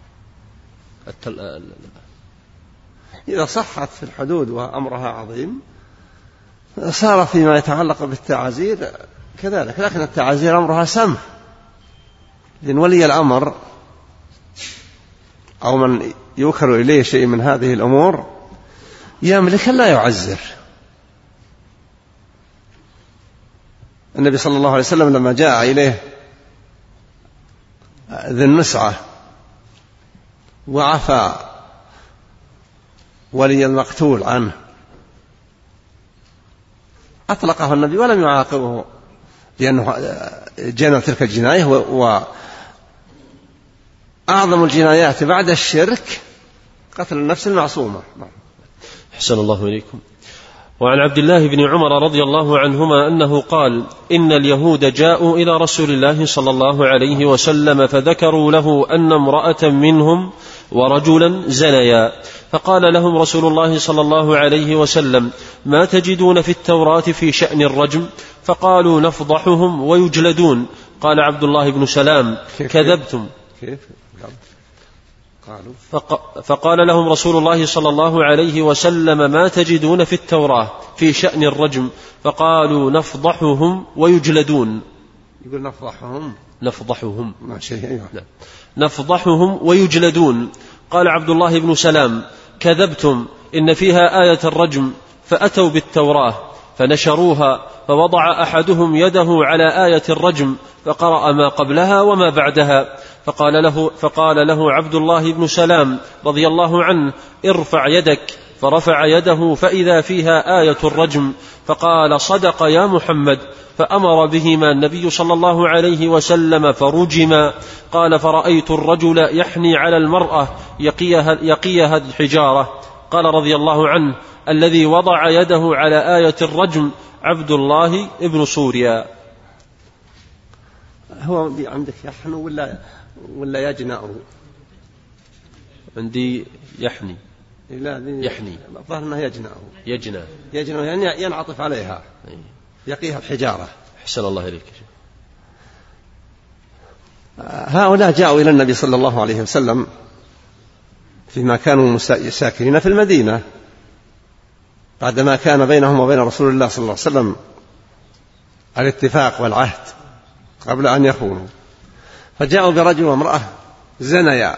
إذا صحت في الحدود وأمرها عظيم صار فيما يتعلق بالتعازير كذلك، لكن التعازير أمرها سمح، لأن ولي الأمر أو من يوكل إليه شيء من هذه الأمور يملك لا يعزر. النبي صلى الله عليه وسلم لما جاء إليه ذي النسعة وعفى ولي المقتول عنه أطلقه النبي ولم يعاقبه، لأنه جنى تلك الجناية، وأعظم الجنايات بعد الشرك قتل النفس المعصومة. أحسن الله إليكم. وعن عبد الله بن عمر رضي الله عنهما أنه قال: إن اليهود جاءوا إلى رسول الله صلى الله عليه وسلم فذكروا له أن امرأة منهم ورجلا زنيا، فقال لهم رسول الله صلى الله عليه وسلم: ما تجدون في التوراة في شأن الرجم؟ فقالوا: نفضحهم ويجلدون. قال عبد الله بن سلام: كذبتم. فقال لهم رسول الله صلى الله عليه وسلم: ما تجدون في التوراة في شأن الرجم؟ فقالوا: نفضحهم ويجلدون. يقول نفضحهم نفضحهم ويجلدون. قال عبد الله بن سلام: كذبتم، إن فيها آية الرجم. فأتوا بالتوراة فنشروها، فوضع أحدهم يده على آية الرجم فقرأ ما قبلها وما بعدها، فقال له عبد الله بن سلام رضي الله عنه: ارفع يدك، فرفع يده فإذا فيها آية الرجم، فقال: صدق يا محمد، فأمر بهما النبي صلى الله عليه وسلم فرجما. قال: فرأيت الرجل يحني على المرأة يقيها الحجارة. قال رضي الله عنه: الذي وضع يده على آية الرجم عبد الله بن سوريا. هو عندك يحنو ولا يجنأ؟ عندي يحني. لا يحني، الظاهر أنه يجنأ يعني ينعطف عليها، يقيها الحجارة. أحسن الله إليك. هؤلاء جاءوا إلى النبي صلى الله عليه وسلم فيما كانوا ساكنين في المدينة بعدما كان بينهم وبين رسول الله صلى الله عليه وسلم الاتفاق والعهد قبل أن يخونوا، فجاءوا برجل وامرأة زنيا،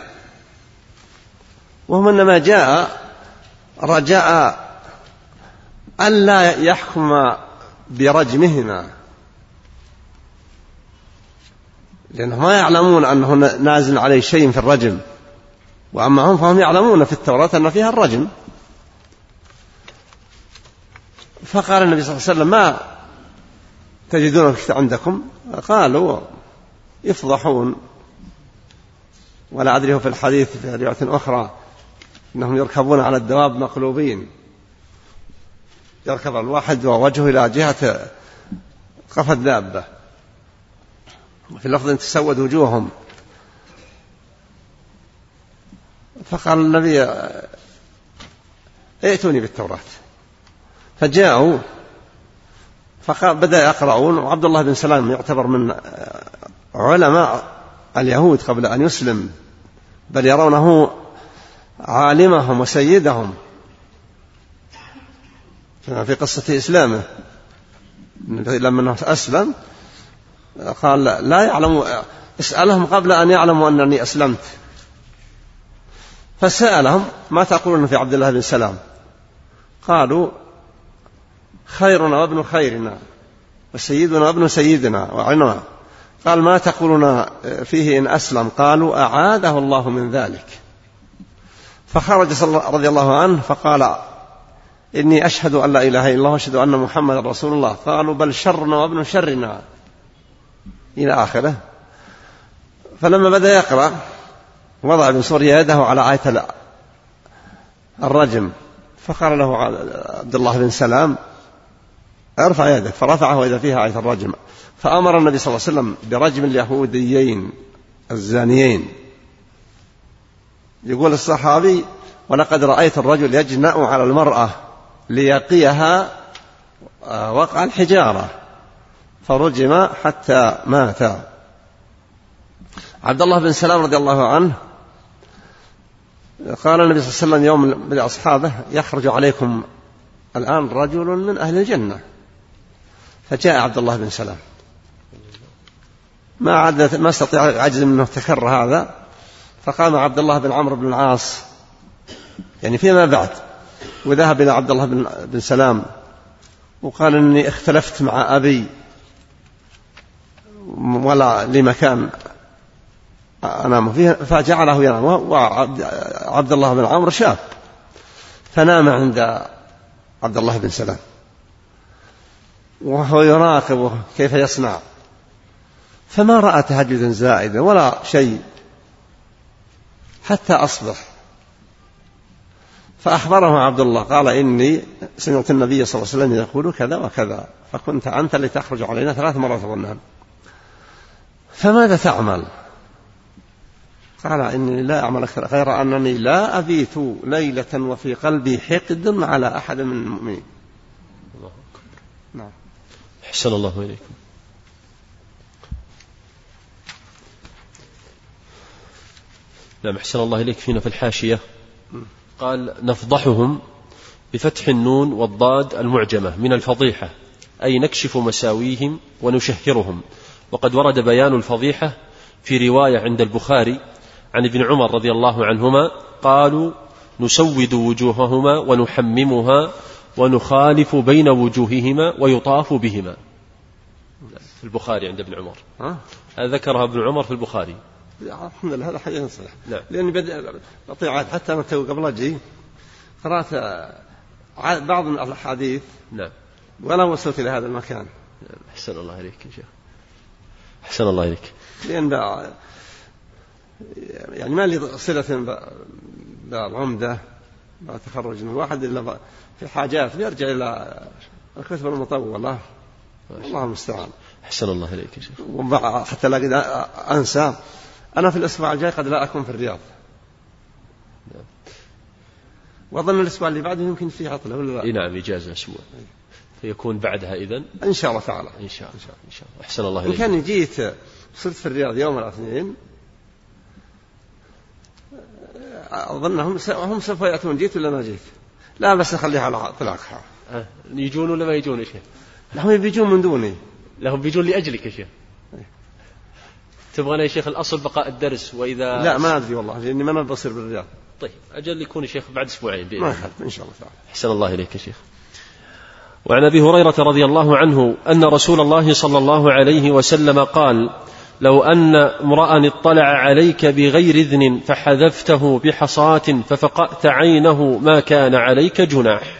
وهم إنما جاء رجاء ألا يحكم برجمهما، لأنهم ما يعلمون أنه نازل عليه شيء في الرجم، وأما هم فهم يعلمون في التوراة أن فيها الرجم. فقال النبي صلى الله عليه وسلم: ما تجدون عندكم؟ قالوا: يفضحون. ولا أدري في الحديث في رواية أخرى أنهم يركبون على الدواب مقلوبين، يركب الواحد ووجهه إلى جهة قفا الدابة، وفي اللفظ تسود وجوههم. فقال النبي: ائتوني بالتوراة. فجاءوا بدأ يقرؤون، وعبد الله بن سلام يعتبر من علماء اليهود قبل أن يسلم، بل يرونه عالمهم وسيدهم في قصة إسلامه. لما أسلم قال: لا يعلم، اسألهم قبل أن يعلموا أنني أسلمت. فسألهم: ما تقولون في عبد الله بن سلام؟ قالوا: خيرنا وابن خيرنا وسيدنا وابن سيدنا وعنوان. قال: ما تقولون فيه إن أسلم؟ قالوا: أعاذه الله من ذلك. فخرج رضي الله عنه فقال: إني أشهد أن لا إله إلا الله وأشهد أن محمد رسول الله. قالوا: بل شرنا وابن شرنا، إلى آخره. فلما بدأ يقرأ وضع ابن سوريا يده على آية الرجم، فقال له عبد الله بن سلام: ارفع يدك، فرفعه وإذا فيها آية الرجم. فأمر النبي صلى الله عليه وسلم برجم اليهوديين الزانيين. يقول الصحابي: ولقد رأيت الرجل يجنأ على المرأة ليقيها وقع الحجارة، فرجم حتى مات. عبد الله بن سلام رضي الله عنه قال النبي صلى الله عليه وسلم يوم لأصحابه: يخرج عليكم الآن رجل من أهل الجنة. فجاء عبد الله بن سلام، ما استطيع عجز منه تكرر هذا، فقام عبد الله بن عمرو بن العاص يعني فيما بعد، وذهب إلى عبد الله بن سلام وقال: إني اختلفت مع أبي ولا لمكان أنام فيه، فجعله ينام. وعبد الله بن عمرو شاب، فنام عند عبد الله بن سلام وهو يراقبه كيف يصنع، فما رأى تهجدا زائدا ولا شيء حتى أصبح. فأخبره عبد الله قال: إني سمعت النبي صلى الله عليه وسلم يقول كذا وكذا، فكنت أنت اللي تخرج علينا 3 مرات ظنان، فماذا تعمل؟ قال: إني لا أعمل أكثر غير أنني لا أبيت ليلة وفي قلبي حقد على أحد من المؤمنين. نعم. أحسن الله إليكم. نعم، أحسن الله إليك. فينا في الحاشية قال: نفضحهم بفتح النون والضاد المعجمة من الفضيحة، أي نكشف مساويهم ونشهرهم. وقد ورد بيان الفضيحة في رواية عند البخاري عن ابن عمر رضي الله عنهما قالوا: نسود وجوههما ونحممها ونخالف بين وجوههما ويطاف بهما. في البخاري عند ابن عمر، ذكرها ابن عمر في البخاري. الحمد لله هذا حديث صحيح. نعم. لأني بطيعات حتى أنا قبل أجي قرأت بعض من الأحاديث. نعم. ولا وصلت إلى هذا المكان. أحسن الله إليك يا شيخ، أحسن الله إليك. لأن يعني ما لي صلة بالعمدة بعد تخرج من واحد إلا في حاجات بيرجع إلى الكتب المطولة. الله المستعان. أحسن الله إليك يا شيخ. حتى لا قد أنسى، أنا في الأسبوع الجاي قد لا أكون في الرياض. وأظن الأسبوع اللي بعده يمكن فيه عطلة ولا لا؟ نعم، إجازة أسبوع، فيكون بعدها إذن إن شاء الله تعالى. إن شاء الله. أحسن الله إليك. إن كان جيت صرت في الرياض يوم الاثنين، أظنهم هم سوف يأتون. جيت ولا ما جيت؟ لا بس نخليها على طلاقها. يجون ولا ما يجون يا شيخ؟ هم بيجون من دوني. لهم بيجون لأجلك يا شيخ. تبغى يا شيخ الأصل بقاء الدرس، وإذا لا ما أدري والله، لأني ما بصير بالرياض. طيب أجل يكون يا شيخ بعد أسبوعين بإذن ما الله. يخالف إن شاء الله تعالى. أحسن الله إليك يا شيخ. وعن أبي هريرة رضي الله عنه أن رسول الله صلى الله عليه وسلم قال: لو أن امرأ اطلع عليك بغير إذن فحذفته بحصاة ففقأت عينه ما كان عليك جناح.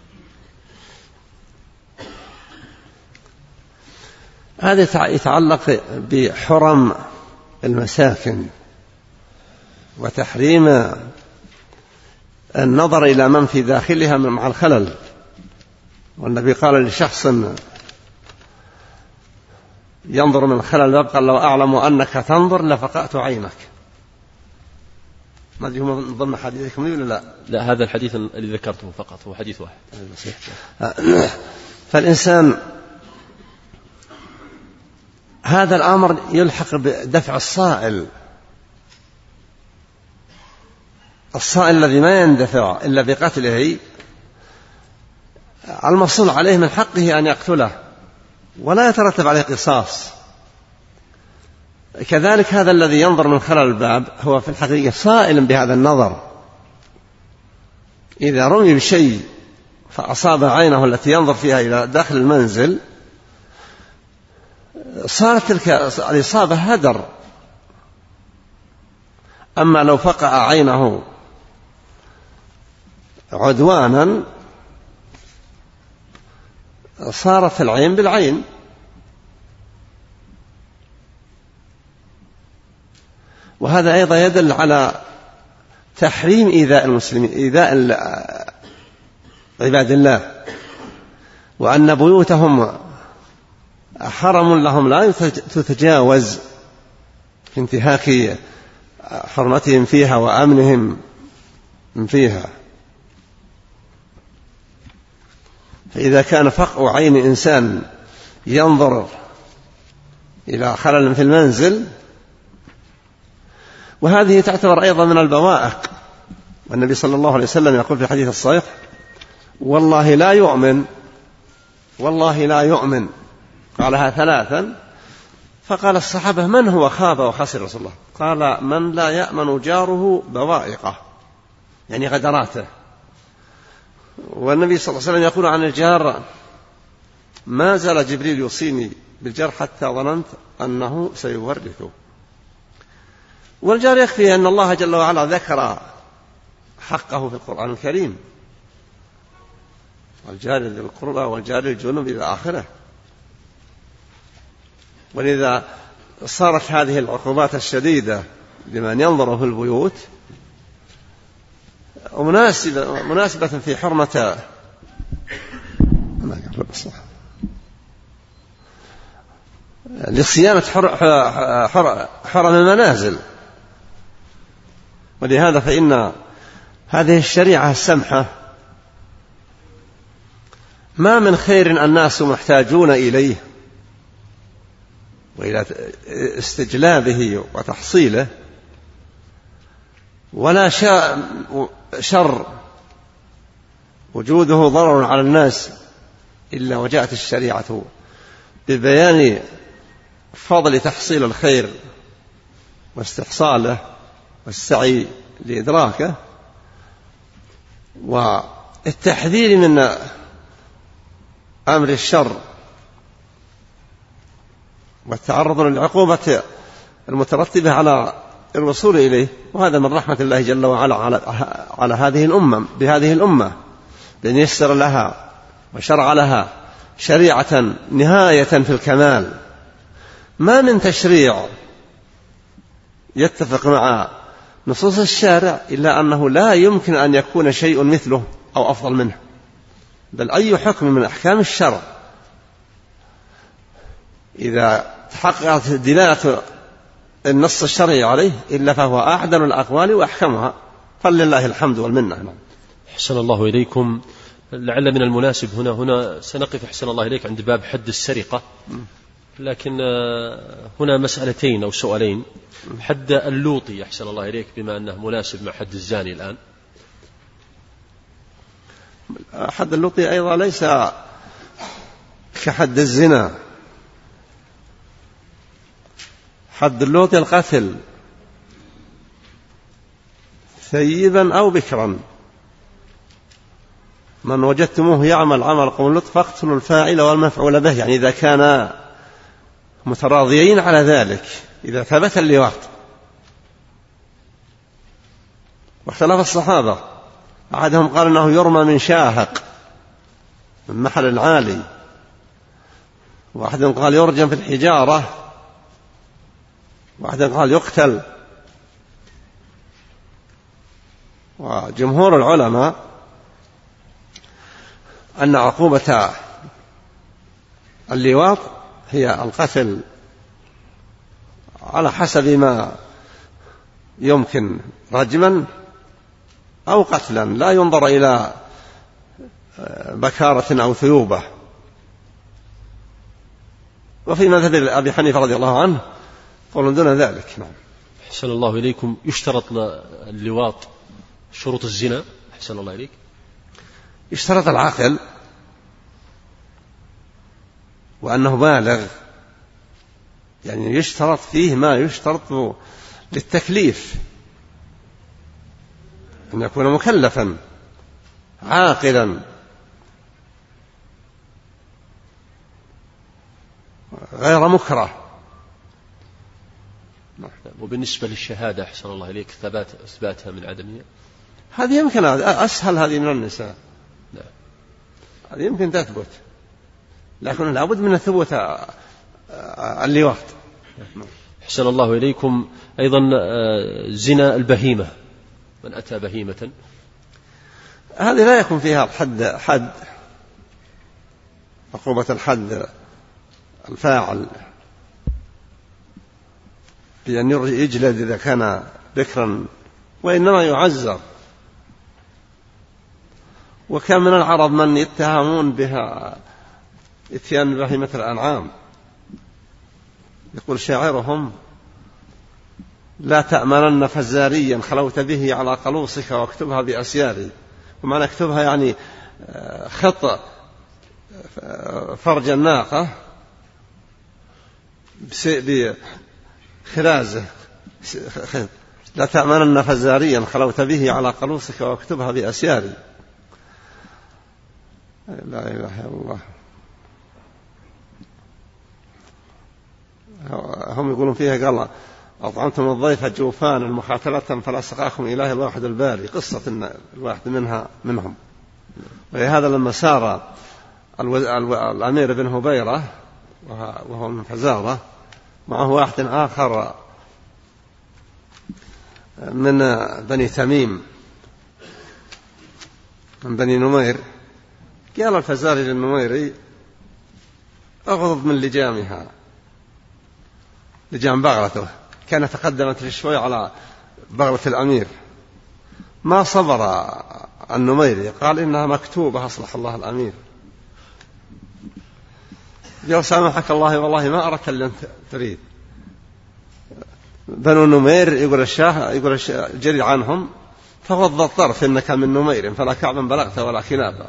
هذا يتعلق بحرم المساكن وتحريم النظر إلى من في داخلها مع الخلل. والنبي قال لشخص ينظر من الخلل قال: لو أعلم أنك تنظر لفقأت عينك. ما أدري من ضمن حديثكم ولا لا؟ لا، هذا الحديث الذي ذكرته فقط هو حديث واحد. فالإنسان هذا الأمر يلحق بدفع الصائل الذي ما يندفع إلا بقتله. المصول عليه من حقه أن يقتله ولا يترتب عليه قصاص. كذلك هذا الذي ينظر من خلال الباب هو في الحقيقة صائل بهذا النظر. إذا رمي بشيء فأصاب عينه التي ينظر فيها إلى داخل المنزل صارت تلك الإصابة هدر. أما لو فقع عينه عدوانا صارت العين بالعين. وهذا أيضا يدل على تحريم إيذاء المسلمين، إيذاء عباد الله، وأن بيوتهم حرم لهم لا تتجاوز في انتهاك حرمتهم فيها وأمنهم فيها. فإذا كان فقع عين إنسان ينظر إلى خلل في المنزل، وهذه تعتبر أيضا من البوائق. والنبي صلى الله عليه وسلم يقول في الحديث الصحيح: والله لا يؤمن قالها ثلاثا. فقال الصحابة: من هو خاب وخسر رسول الله؟ قال: من لا يأمن جاره بوائقه، يعني غدراته. والنبي صلى الله عليه وسلم يقول عن الجار: ما زال جبريل يوصيني بالجار حتى ظننت أنه سيورثه. والجار يكفي أن الله جل وعلا ذكر حقه في القرآن الكريم: والجار ذي القربى والجار الجنب إلى آخره. ولذا صارت هذه العقوبات الشديدة لمن ينظر في البيوت مناسبة في حرمة لصيانة حرم المنازل. ولهذا فإن هذه الشريعة السمحة ما من خير الناس محتاجون إليه وإلى استجلابه وتحصيله، ولا شر وجوده ضرر على الناس إلا وجاءت الشريعة ببيان فضل تحصيل الخير واستحصاله والسعي لإدراكه، والتحذير من أمر الشر والتعرض للعقوبة المترتبة على الوصول إليه. وهذا من رحمة الله جل وعلا على هذه الأمة بهذه الأمة، لأن يسر لها وشرع لها شريعة نهاية في الكمال. ما من تشريع يتفق مع نصوص الشارع إلا أنه لا يمكن أن يكون شيء مثله أو أفضل منه، بل أي حكم من أحكام الشرع إذا تحققت دلالة النص الشرعي عليه إلا فهو أعدل الأقوال وأحكمها، فلله الحمد والمنة. أحسن الله إليكم. لعل من المناسب هنا سنقف أحسن الله إليك عند باب حد السرقة، لكن هنا مسألتين أو سؤالين. حد اللوطي أحسن الله إليك بما أنه مناسب مع حد الزاني الآن. حد اللوطي أيضا ليس كحد الزنا. حد اللوطي القتل ثيبا أو بكرا، من وجدتموه يعمل عمل قوم لوط فاقتلوا الفاعل والمفعول به، يعني إذا كان متراضيين على ذلك، إذا ثبت اللواط. واختلف الصحابة، أحدهم قال أنه يرمى من شاهق من محل عالي، وأحدهم قال يرجم في الحجارة، وأحدهم قال يقتل. وجمهور العلماء أن عقوبة اللواط هي القتل على حسب ما يمكن، رجما أو قتلا، لا ينظر إلى بكارة أو ثيوبة. وفي مذهب أبي حنيفة رضي الله عنه قولوا دون ذلك. نعم. أحسن الله إليكم. يشترط اللواط شروط الزنا أحسن الله إليك؟ يشترط العقل وأنه بالغ، يعني يشترط فيه ما يشترط للتكليف، أن يكون مكلفا عاقلا غير مكره. وبالنسبة للشهادة أحسن الله إليك إثباتها من عدمها؟ هذه يمكن أسهل، هذه من النساء. لا. هذه يمكن تثبت، لكن لابد من ثبوت اللواط. أحسن الله إليكم. أيضا زنا البهيمة، من أتى بهيمة، هذه لا يكون فيها حد عقوبة الحد الفاعل بأن يجلد إذا كان بكرا، وإنما يعزر. وكان من العرب من يتهمون بها إتيان بهيمة الأنعام، يقول شاعرهم: لا تأمنن فزاريا خلوت به على قلوصك واكتبها بأسياري. ومعنى اكتبها يعني خط فرج الناقة بخرازه. لا تأمنن فزاريا خلوت به على قلوصك واكتبها بأسياري. لا إله إلا الله. هم يقولون فيها قال: أطعمتم الضيف جوفان مخاتلة فلا سقاكم إله الواحد الباري. قصة إن الواحد منهم. ولهذا لما سار الأمير بن هبيرة وهو من فزارة معه واحد آخر من بني تميم من بني نمير، قال الفزاري للنميري: أغضض من لجامها، لجام بغلته، كانت تقدمت في شوي على بغلة الأمير. ما صبر النميري، قال: إنها مكتوبة أصلح الله الأمير. قال: سامحك الله والله ما أردت اللي أنت تريد. بنو نمير يقول الشاه جري عنهم فغض الطرف: إنك من نمير فلا كعبا بلغت ولا خلافا.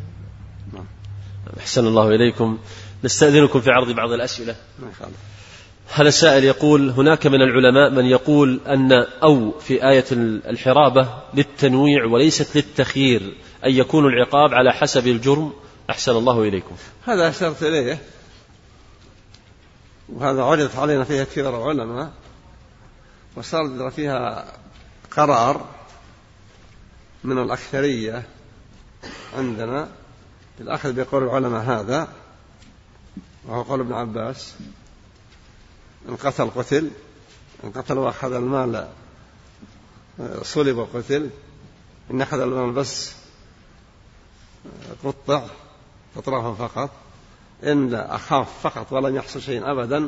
أحسن الله إليكم. نستأذنكم في عرض بعض الأسئلة. هذا السائل يقول: هناك من العلماء من يقول أن أو في آية الحرابة للتنويع وليست للتخيير، أن يكون العقاب على حسب الجرم أحسن الله إليكم. هذا أشرت إليه، وهذا عرضت علينا فيها كثير العلماء، وصار فيها قرار من الأكثرية عندنا بالأخذ بقول العلماء هذا، وهو قول ابن عباس: إن قتل قتل، إن قتل وأخذ المال صلب وقتل، إن أخذ المال بس قطع تطرفا فقط، إن أخاف فقط ولم يحصل شيء أبدا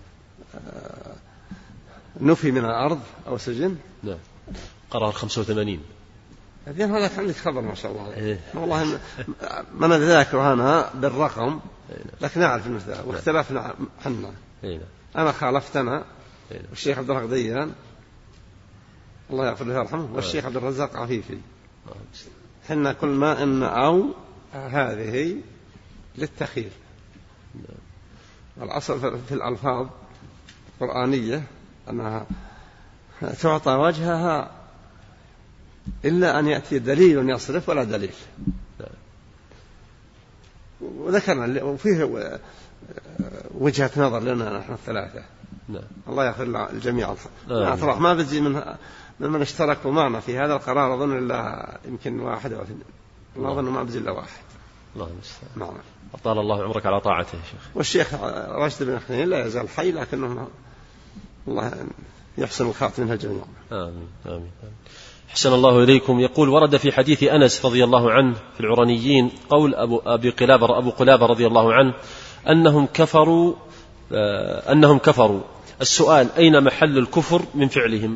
نفي من الأرض أو سجن. نعم. قرار 85. هذا عندك خبر ما شاء الله. والله ما نذاكر أنا بالرقم، لكن نعرف المثال واختلفنا حنا. أنا خالفتنا والشيخ عبد الرزاق ديان الله يغفر له ويرحمه، والشيخ عبد الرزاق عفيفي، حنا كل ما إن أو هذه للتخيير. الأصل في الألفاظ القرآنية أنها تعطى وجهها إلا أن يأتي دليل يصرف ولا دليل. وذكرنا وفيه وجهة نظر لنا نحن الثلاثة. الله يغفر الجميع. صراحة ما بتجي من اشتركوا معنا في هذا القرار أظن إلا يمكن واحد أو اثنين، الله أظن ما بتجي إلا واحد. الله المستعان. نعم. أطال الله عمرك على طاعته يا شيخ. والشيخ راشد بن حنين لا يزال حي، لكنه الله يحسن الخاتم منها جميعا. آمين آمين. أحسن الله إليكم. يقول: ورد في حديث أنس رضي الله عنه في العرنيين قول أبو قلابة رضي الله عنه أنهم كفروا. السؤال: أين محل الكفر من فعلهم؟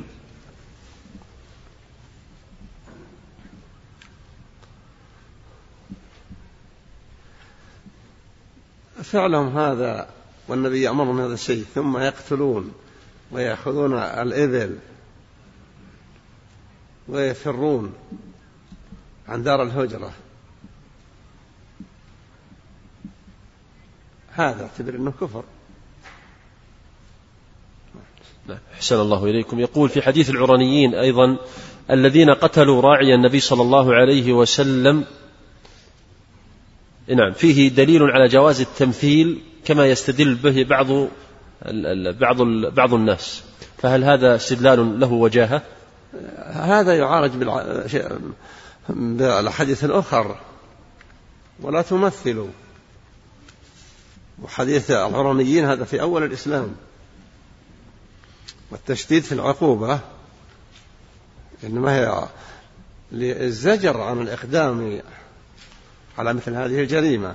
فعلهم هذا، والنبي يأمرهم هذا الشيء، ثم يقتلون ويأخذون الإبل ويفرون عن دار الهجرة، هذا اعتبر أنه كفر. أحسن الله إليكم. يقول في حديث العرنيين أيضا: الذين قتلوا راعي النبي صلى الله عليه وسلم، نعم، فيه دليل على جواز التمثيل كما يستدل به بعض الناس، فهل هذا استدلال له وجاهة؟ هذا يعالج بالحديث الآخر: ولا تمثلوا. وحديث العرنيين هذا في أول الإسلام، والتشديد في العقوبة إنما هي للزجر عن الإقدام على مثل هذه الجريمة.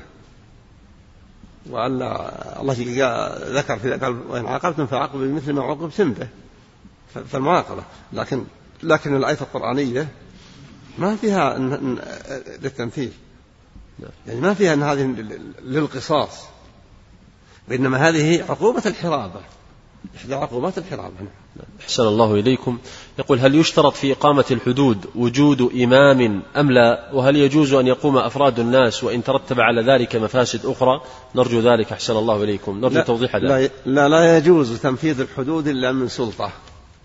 وأن الله ذكر في ذلك: وإن عاقبتم فعاقبوا بمثل ما عوقبتم به، فالمعاقبة. لكن الآية القرآنية ما فيها للتمثيل، يعني ما فيها أن هذه للقصاص، وإنما هذه عقوبة الحرابة، إحدى عقوبات الحرابة. أحسن الله إليكم. يقول: هل يشترط في إقامة الحدود وجود إمام أم لا؟ وهل يجوز أن يقوم أفراد الناس وإن ترتب على ذلك مفاسد أخرى؟ نرجو ذلك. أحسن الله إليكم. نرجو توضيح ذلك. لا يجوز تنفيذ الحدود إلا من سلطة.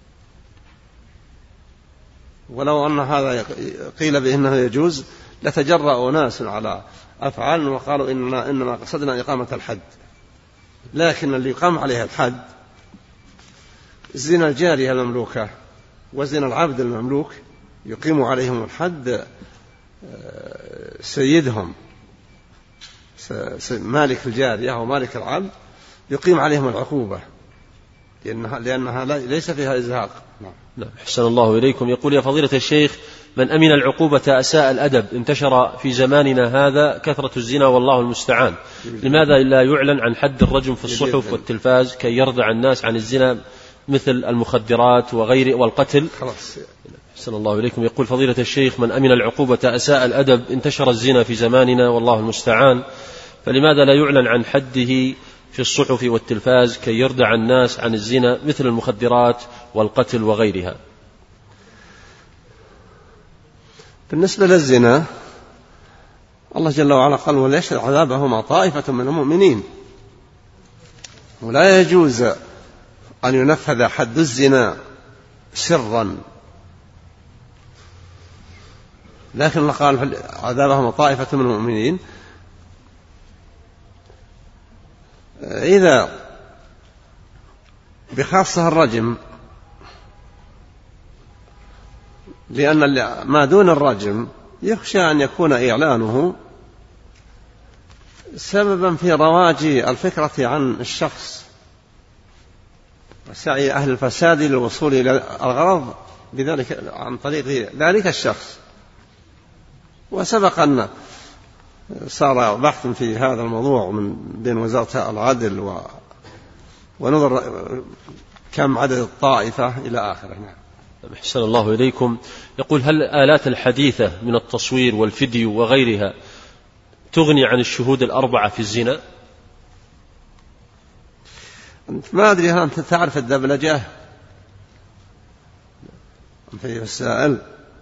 ولو أن هذا قيل بأنه يجوز لتجرأ ناس على أفعال وقالوا إنما قصدنا إقامة الحد. لكن اللي يقام عليها الحد زنا الجارية المملوكة وزنا العبد المملوك يقيم عليهم الحد سيدهم مالك الجارية ومالك العبد يقيم عليهم العقوبة لأنها ليس فيها إزهاق. نعم. أحسن الله إليكم. يقول: يا فضيلة الشيخ، من أمن العقوبة أساء الأدب. انتشر في زماننا هذا كثرة الزنا والله المستعان، لماذا لا يعلن عن حد الرجم في الصحف والتلفاز كي يردع الناس عن الزنا مثل المخدرات وغيره والقتل؟ أحسن الله إليكم. يقول: فضيلة الشيخ، من أمن العقوبة أساء الأدب. انتشر الزنا في زماننا والله المستعان، فلماذا لا يعلن عن حده في الصحف والتلفاز كي يردع الناس عن الزنا مثل المخدرات والقتل وغيرها؟ بالنسبة للزنا الله جل وعلا قال: وليشهد عذابهما طائفة من المؤمنين. ولا يجوز أن ينفذ حد الزنا سرا، لكن الله قال: عذابهما طائفة من المؤمنين. إذا بخاصة الرجم، لأن ما دون الرجم يخشى أن يكون إعلانه سببا في رواج الفكرة عن الشخص وسعي أهل الفساد للوصول إلى الغرض بذلك عن طريق ذلك الشخص. وسبق أن صار بحث في هذا الموضوع من بين وزارة العدل ونظر كم عدد الطائفة إلى آخره. أحسن الله إليكم. يقول: هل الآلات الحديثة من التصوير والفيديو وغيرها تغني عن الشهود الأربعة في الزنا؟ ما أدري هل أنت تعرف الدبلجة في السائل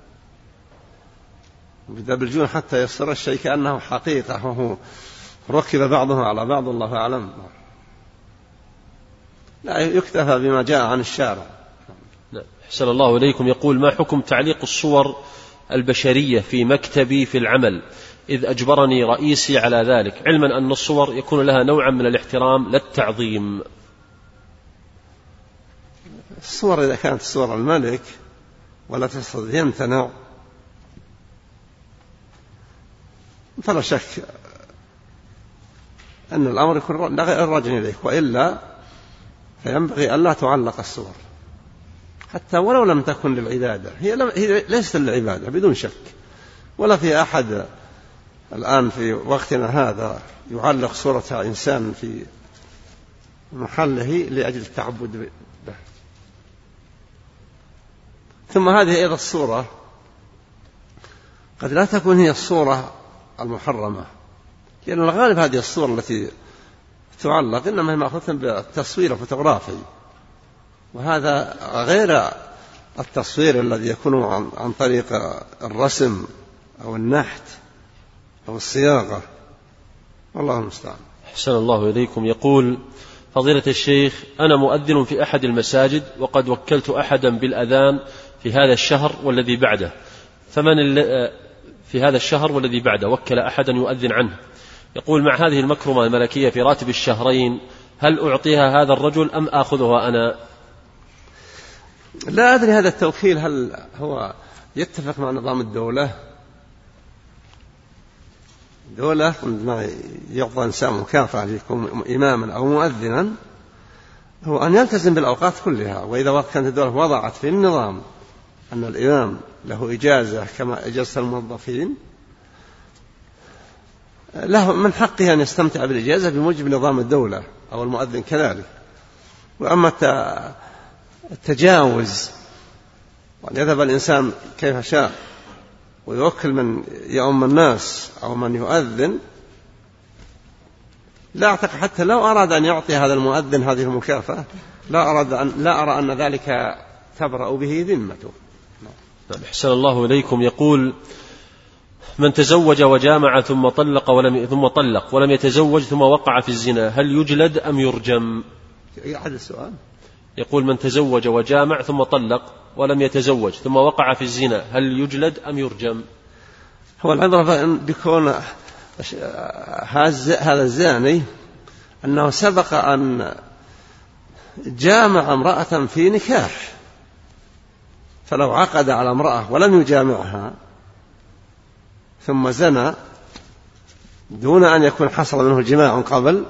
يدبلجون حتى يصير الشيء كأنه حقيقة وهو ركب بعضه على بعض، الله أعلم. لا، يكتفى بما جاء عن الشارع. أحسن الله إليكم. يقول: ما حكم تعليق الصور البشرية في مكتبي في العمل، إذ أجبرني رئيسي على ذلك، علما أن الصور يكون لها نوعا من الاحترام لا التعظيم؟ الصور إذا كانت صور الملك ولا تستطيع يمتنع فلا شك أن الأمر يكون الرجل إليك، وإلا فينبغي ألا تعلق الصور حتى ولو لم تكن للعبادة. هي ليست للعبادة بدون شك، ولا في أحد الآن في وقتنا هذا يعلق صورة إنسان في محله لأجل التعبد به. ثم هذه أيضا الصورة قد لا تكون هي الصورة المحرمة، لأن الغالب هذه الصور التي تعلق إنما هي مأخوذة بالتصوير الفوتوغرافي، وهذا غير التصوير الذي يكون عن طريق الرسم أو النحت أو الصياغة، والله المستعان. أحسن الله إليكم. يقول: فضيلة الشيخ، أنا مؤذن في أحد المساجد، وقد وكلت أحدا بالأذان في هذا الشهر والذي بعده، في هذا الشهر والذي بعده وكل أحدا يؤذن عنه. يقول: مع هذه المكرمة الملكية في راتب الشهرين، هل أعطيها هذا الرجل أم آخذها أنا؟ لا أدري هذا التوكيل هل هو يتفق مع نظام الدولة عندما يعطى إنسان مكافأة ليكون إماما أو مؤذنا هو أن يلتزم بالأوقات كلها. وإذا كانت الدولة وضعت في النظام أن الإمام له إجازة كما إجازة الموظفين، له من حقه أن يستمتع بالإجازة بموجب نظام الدولة أو المؤذن كذلك. وأما التجاوز وأن يذهب الإنسان كيف شاء ويوكل من يؤم الناس أو من يؤذن، لا أعتقد حتى لو أراد أن يعطي هذا المؤذن هذه المكافأة لا أرى أن ذلك تبرأ به ذمته. أحسن الله إليكم. يقول: من تزوج وجامع ثم طلق ولم يتزوج ثم وقع في الزنا، هل يجلد أم يرجم؟ أحد السؤال. يقول: من تزوج وجامع ثم طلق ولم يتزوج ثم وقع في الزنا، هل يجلد أم يرجم؟ هو العبرة بكون هذا الزاني أنه سبق أن جامع امرأة في نكاح، فلو عقد على امرأة ولم يجامعها ثم زنى دون أن يكون حصل منه جماع قبل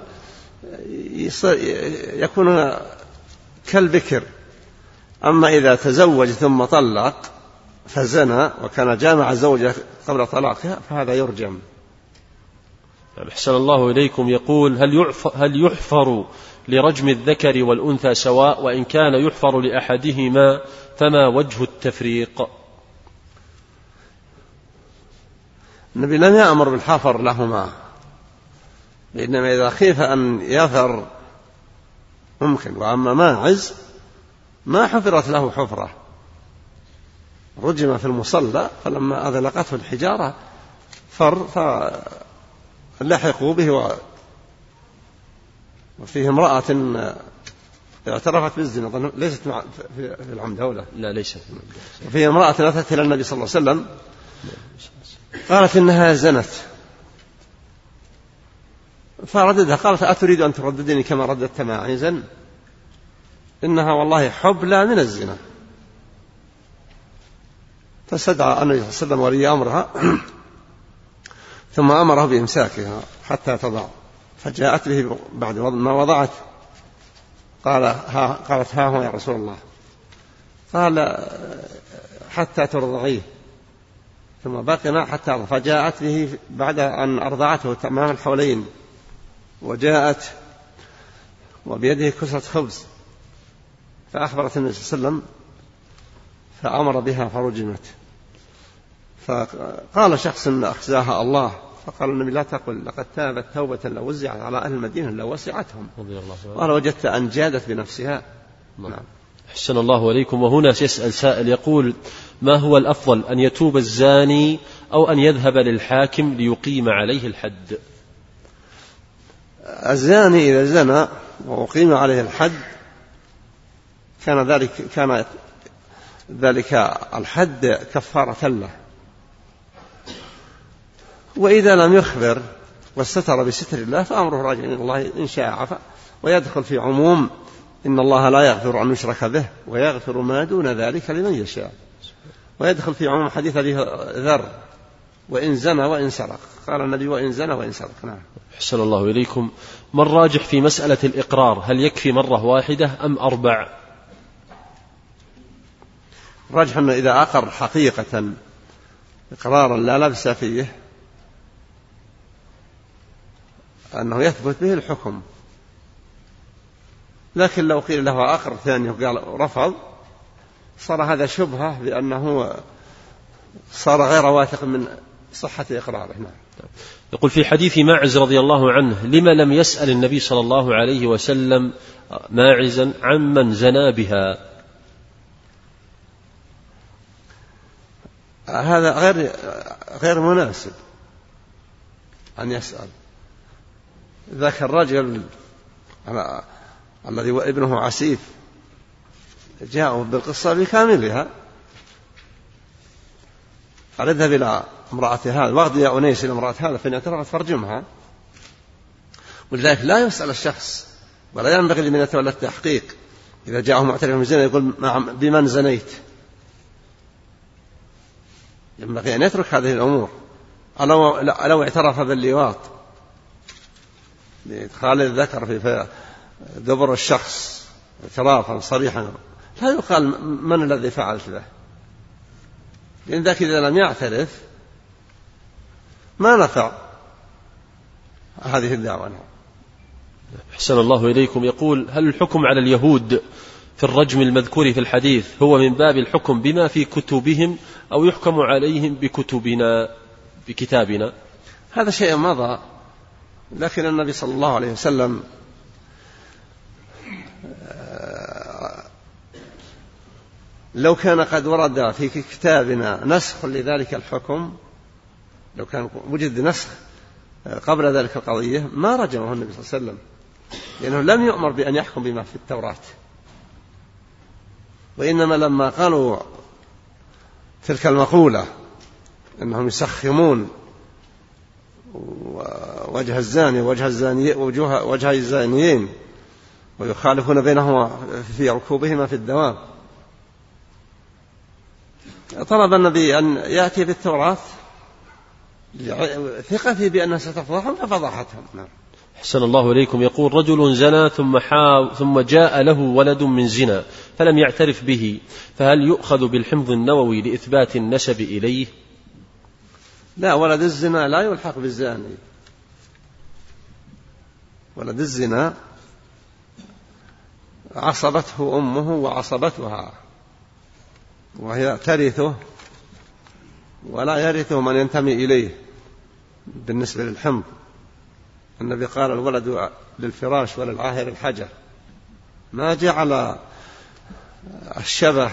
يكون كالبكر. أما إذا تزوج ثم طلق فزنى وكان جامع زوجة قبل طلاقها فهذا يرجم. أحسن الله إليكم. يقول: هل يحفر لرجم الذكر والأنثى سواء، وإن كان يحفر لأحدهما فما وجه التفريق؟ النبي لم يأمر بالحفر لهما، إنما إذا خيف أن يثر ممكن. وأما ماعز ما حفرت له حفرة، رجم في المصلى فلما أذلقته الحجارة فلحقوا به وفيه امرأة اعترفت بالزنا، ليست في العمد ولا لا ليست. وفيه امرأة أتت إلى النبي صلى الله عليه وسلم قالت إنها زنت، فرددها، قالت أتريد أن ترددني كما رددت ماعزا؟ إنها والله حبلى من الزنا. فاستدعى النبي صلى الله عليه وسلم ولي أمرها ثم أمره بإمساكها حتى تضع، فجاءت به بعد ما وضعت قالت ها هو يا رسول الله. قال حتى ترضعيه، ثم بقنا حتى فجاءت به بعد أن أرضعته تمام الحولين، وجاءت وبيده كسرة خبز، فأخبرت النبي صلى الله عليه وسلم فأمر بها فرجمت. فقال شخص أخزاها الله، فقال النبي لا تقل لقد تابت توبة لو وزعت على أهل المدينة لو وسعتهم، قال وجدت أن جادت بنفسها. نعم. أحسن الله إليكم. وهنا يسأل سائل يقول: ما هو الأفضل، أن يتوب الزاني أو أن يذهب للحاكم ليقيم عليه الحد؟ الزاني إذا زنى وأقيم عليه الحد كان ذلك الحد كفارة له، وإذا لم يخبر واستتر بستر الله فأمره راجع إلى الله، إن شاء عفا، ويدخل في عموم إن الله لا يغفر أن يشرك به ويغفر ما دون ذلك لمن يشاء، ويدخل في عموم حديث أبي ذر وإن زنى وإن سرق، قال النبي وإن زنى وإن سرق. نعم. أحسن الله إليكم. ما الراجح في مسألة الإقرار، هل يكفي مرة واحدة أم 4؟ الراجح أنه إذا أقر حقيقة إقرارا لا لبس فيه أنه يثبت به الحكم، لكن لو قيل له أقر ثاني وقال رفض صار هذا شبهة بأنه صار غير واثق من صحة إقراره. نعم. يقول: في حديث ماعز رضي الله عنه: لما لم يسأل النبي صلى الله عليه وسلم ماعزا عمن زنا بها؟ هذا غير مناسب أن يسأل. ذاك الرجل الذي ابنه عسيف جاءوا بالقصة بكاملها، قال اذهب إلى امرأة هذا واغض يا أنيس إلى امرأة هذا فإن اعترفت فارجمها. ولذلك لا يسأل الشخص ولا ينبغي لمن يتولى التحقيق إذا جاءه معترف بالزنا يقول بمن زنيت، ينبغي أن يترك هذه الأمور. لو اعترف باللواط لإدخال الذكر في دبر الشخص اعترافا صريحا لا يقال من الذي فعلت به، لأن ذاك إذا لم يعترف ما نفع هذه الدعوة. أحسن الله إليكم. يقول: هل الحكم على اليهود في الرجم المذكور في الحديث هو من باب الحكم بما في كتبهم أو يحكم عليهم بكتابنا؟ هذا شيء مضى، لكن النبي صلى الله عليه وسلم لو كان قد ورد في كتابنا نسخ لذلك الحكم، لو كان وجد نسخ قبل ذلك القضية ما رجمه النبي صلى الله عليه وسلم، لأنه لم يؤمر بأن يحكم بما في التوراة، وإنما لما قالوا تلك المقولة أنهم يسخمون وجه الزاني وجه الزانيين ويخالفون بينهما في ركوبهما في الدوام، طلب النبي أن يأتي بالتوراة ثقته بأنها ستفضحهم ففضحتهم. نعم. أحسن الله إليكم. يقول: رجل زنى ثم جاء له ولد من زنا فلم يعترف به، فهل يؤخذ بالحمض النووي لإثبات النسب إليه؟ لا، ولد الزنا لا يلحق بالزاني، ولد الزنا عصبته أمه وعصبتها، وهي ترثه ولا يرثه من ينتمي إليه بالنسبة للحمض. النبي قال: الولد للفراش وللعاهر الحجر، ما جعل الشبه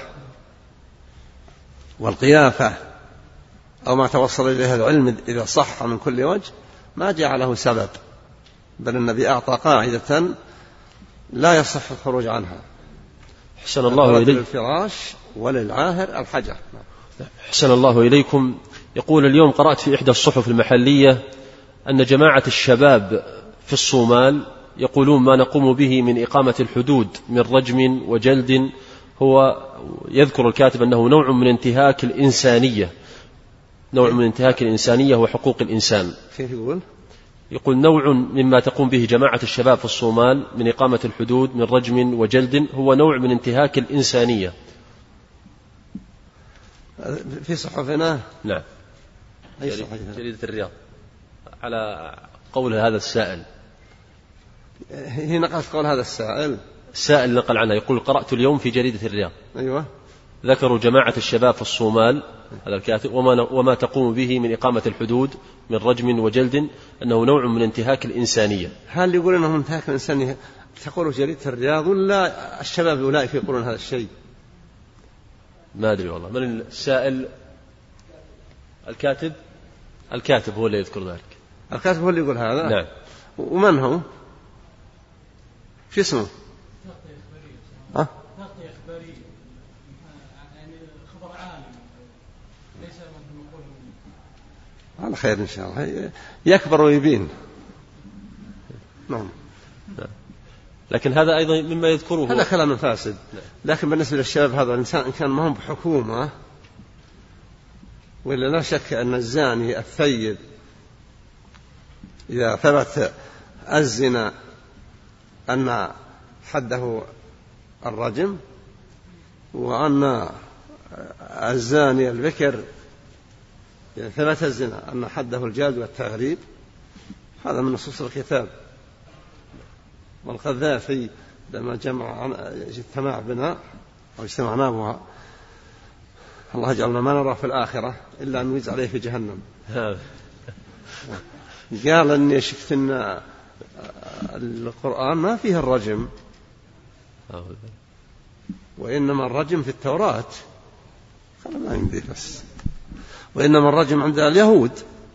والقيافة أو ما توصل إليه العلم إذا صح من كل وجه ما جعله سبب، بل النبي أعطى قاعدة لا يصح الخروج عنها. أحسن الله إليكم. للفراش وللعاهر الحجر. أحسن الله إليكم. يقول: اليوم قرأت في إحدى الصحف المحلية أن جماعة الشباب في الصومال يقولون ما نقوم به من إقامة الحدود من رجم وجلد هو يذكر الكاتب أنه نوع من انتهاك الإنسانية، نوع من انتهاك الإنسانية وحقوق الإنسان. كيف يقول؟ يقول نوع مما تقوم به جماعة الشباب في الصومال من إقامة الحدود من رجم وجلد هو نوع من انتهاك الإنسانية. في صحفنا؟ نعم، جريدة الرياض، على قول هذا السائل. هي نقلت قول هذا السائل؟ السائل نقل عنها، يقول قرأت اليوم في جريدة الرياض. أيوة. ذكروا جماعة الشباب في الصومال، هذا الكاتب، وما تقوم به من إقامة الحدود من رجم وجلد أنه نوع من انتهاك الإنسانية. هل يقول أنه انتهاك الإنسانية تقول جريدة الرياض ولا الشباب أولئك يقولون هذا الشيء؟ ما أدري والله. من السائل؟ الكاتب هو اللي يذكر ذلك. الكاتب هو اللي يقول هذا؟ نعم. ومن هو؟ شو اسمه؟ تغطية إخبارية، يعني خبر عالي ليس من نقول على خير إن شاء الله، يكبر ويبين. نعم. لكن هذا أيضا مما يذكره، هذا كلام فاسد. لكن بالنسبة للشباب هذا الإنسان إن كان ما هم بحكومة، ولا لا شك أن الزاني الثيب إذا ثبت الزنا أن حده الرجم، وأن الزاني البكر إذا ثبت الزنا أن حده الجلد والتغريب، هذا من نصوص الكتاب. والقذافي لما اجتمع بنا أو اجتمعنا بها، الله يجعلنا ما نرى في الآخرة إلا أن يجز عليه في جهنم، قال أني شفت أن القرآن ما فيه الرجم، وإنما الرجم في التوراة. قال ما يمدي بس، وإنما الرجم عند اليهود،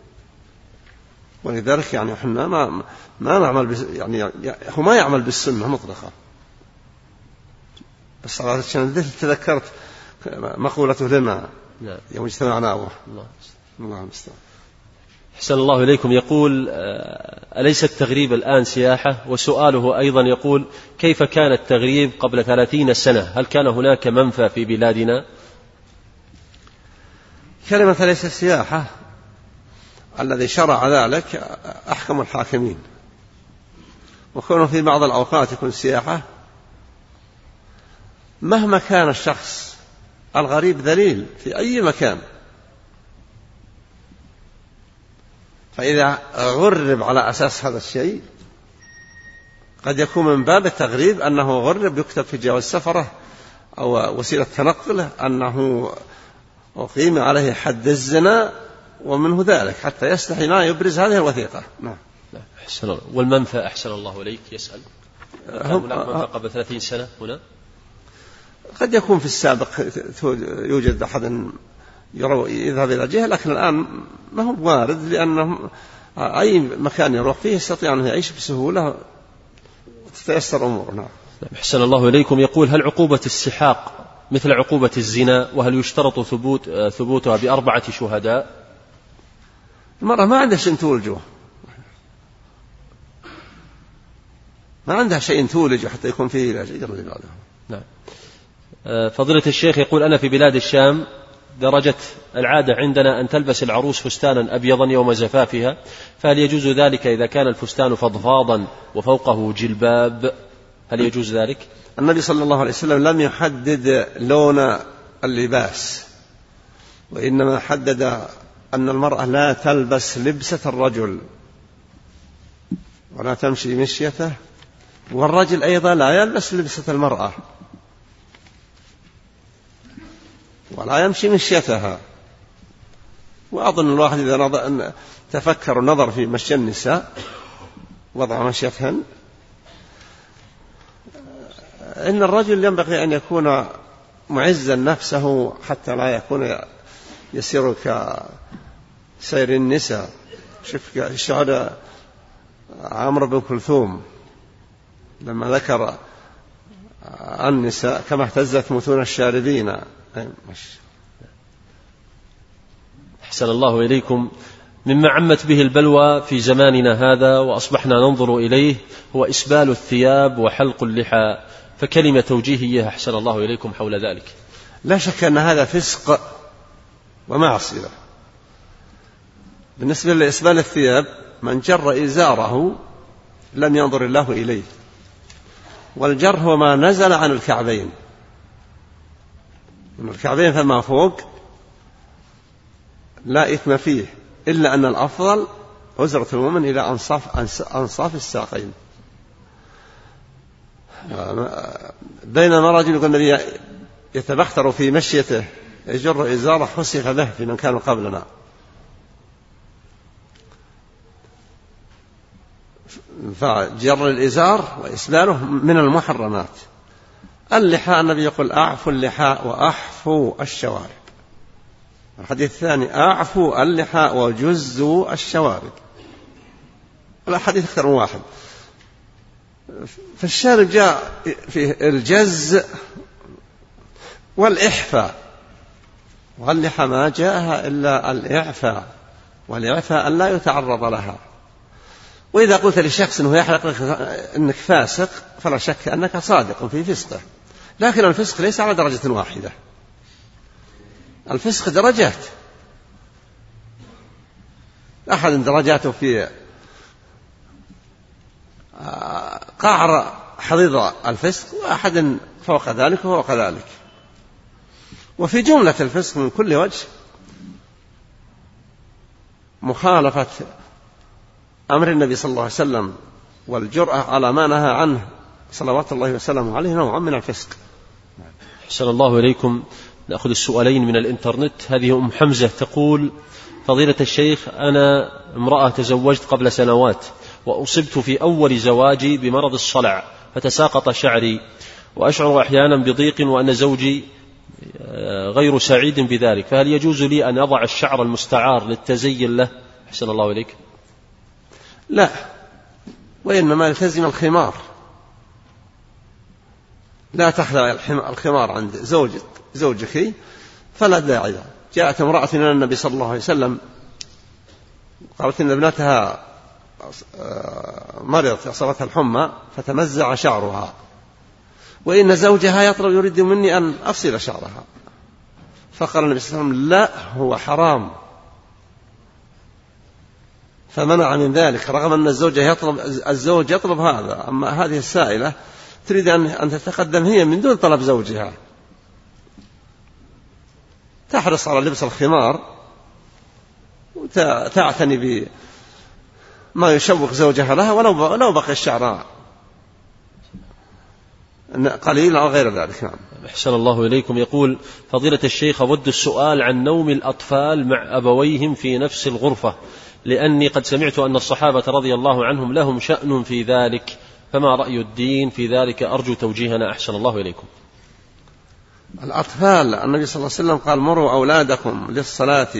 ولذلك يعني احنا ما نعمل يعني هو ما يعمل بالسنة مطلقة. بس عشان تذكرت مقولته لنا يوم اجتمعنا الله المستعان. أحسن الله إليكم. يقول أليس التغريب الآن سياحة؟ وسؤاله أيضا يقول كيف كان التغريب قبل 30 سنة؟ هل كان هناك منفى في بلادنا؟ كلمة ليس سياحة الذي شرع ذلك أحكم الحاكمين، وكونه في بعض الأوقات يكون سياحة مهما كان الشخص الغريب ذليل في أي مكان، فإذا غرب على أساس هذا الشيء قد يكون من باب التغريب أنه غرب، يكتب في جواز السفرة أو وسيلة تنقله أنه أقيم عليه حد الزنا ومنه ذلك حتى يستحي ما يبرز هذه الوثيقة. نعم. والمنفى أحسن الله إليك يسأل هناك منفى قبل 30 سنة هنا؟ قد يكون في السابق يوجد أحد يذهب إلى جهة، لكن الآن ما هو وارد، لأنه أي مكان يروح فيه يستطيع أن يعيش بسهولة وتتيسر أموره. نعم. أحسن الله إليكم. يقول هل عقوبة السحاق مثل عقوبة الزنا؟ وهل يشترط ثبوتها ب4 شهداء؟ المرأة ما عندها شيء تولجه، ما عندها شيء تولج حتى يكون فيه علاج. نعم. فضيلة الشيخ يقول أنا في بلاد الشام درجت العادة عندنا أن تلبس العروس فستانا أبيضا يوم زفافها، فهل يجوز ذلك إذا كان الفستان فضفاضا وفوقه جلباب؟ هل يجوز ذلك؟ النبي صلى الله عليه وسلم لم يحدد لون اللباس، وإنما حدد أن المرأة لا تلبس لبسة الرجل ولا تمشي مشيته، والرجل أيضا لا يلبس لبسة المرأة ولا يمشي مشيتها. وأظن الواحد إذا تفكر ونظر في مشي النساء وضع مشيتهن، إن الرجل ينبغي أن يكون معزا نفسه حتى لا يكون يسير كسير النساء. شوف الشهداء عمرو بن كلثوم لما ذكر النساء كما اهتزت متون الشاربين. أحسن الله إليكم. مما عمت به البلوى في زماننا هذا وأصبحنا ننظر إليه هو إسبال الثياب وحلق اللحى، فكلمة توجيهية أحسن الله إليكم حول ذلك. لا شك أن هذا فسق ومعصية. بالنسبة لإسبال الثياب، من جر إزاره لم ينظر الله إليه، والجر هو ما نزل عن الكعبين، من الكعبين فما فوق لا إثم فيه، إلا أن الأفضل عزرة المؤمن إلى أنصاف الساقين. بينما رجل يقول النبي يتبختر في مشيته يجر إزاره حسف به في من كانوا قبلنا. فجر الإزار وإسباله من المحرمات. اللحاء النبي يقول أعفوا اللحاء وأحفوا الشوارب. الحديث الثاني أعفوا اللحاء وجزوا الشوارب. الحديث أكثر من واحد. فالشارب جاء في الجز والإحفاء، واللحى ما جاءها إلا الإعفاء، والإعفاء أن لا يتعرض لها. وإذا قلت لشخص أنه يحلق لك أنك فاسق فلا شك أنك صادق في فسقه، لكن الفسق ليس على درجة واحدة، الفسق درجات. أحد درجاته في قعر حضيض الفسق، وأحد فوق ذلك وفوق ذلك. وفي جملة الفسق من كل وجه مخالفة أمر النبي صلى الله عليه وسلم والجرأة على ما نهى عنه صلوات الله وسلامه عليه نوع من الفسق. أحسن الله إليكم. نأخذ السؤالين من الإنترنت. هذه أم حمزة تقول: فضيلة الشيخ، أنا امرأة تزوجت قبل سنوات، وأصبت في أول زواجي بمرض الصلع فتساقط شعري، وأشعر أحيانا بضيق وأن زوجي غير سعيد بذلك، فهل يجوز لي أن أضع الشعر المستعار للتزين له؟ أحسن الله إليك. لا، وإنما يلتزم الخمار. لا تحلى الخمار عند زوجك فلا داعي. جاءت امرأة إلى النبي صلى الله عليه وسلم قالت إن ابنتها مرضت أصابتها الحمى فتمزع شعرها، وإن زوجها يريد مني أن أفصل شعرها. فقال النبي صلى الله عليه وسلم: لا، هو حرام. فمنع من ذلك، رغم أن الزوج يطلب هذا. أما هذه السائلة تريد أن تتقدم هي من دون طلب زوجها، تحرص على لبس الخمار وتعتني بما يشوق زوجها لها ولو بقي الشعر قليلا أو غير ذلك. نعم. أحسن الله إليكم. يقول: فضيلة الشيخ، أود السؤال عن نوم الأطفال مع أبويهم في نفس الغرفة، لأني قد سمعت أن الصحابة رضي الله عنهم لهم شأن في ذلك، فما رأي الدين في ذلك؟ أرجو توجيهنا أحسن الله إليكم. الأطفال، النبي صلى الله عليه وسلم قال: مروا أولادكم للصلاة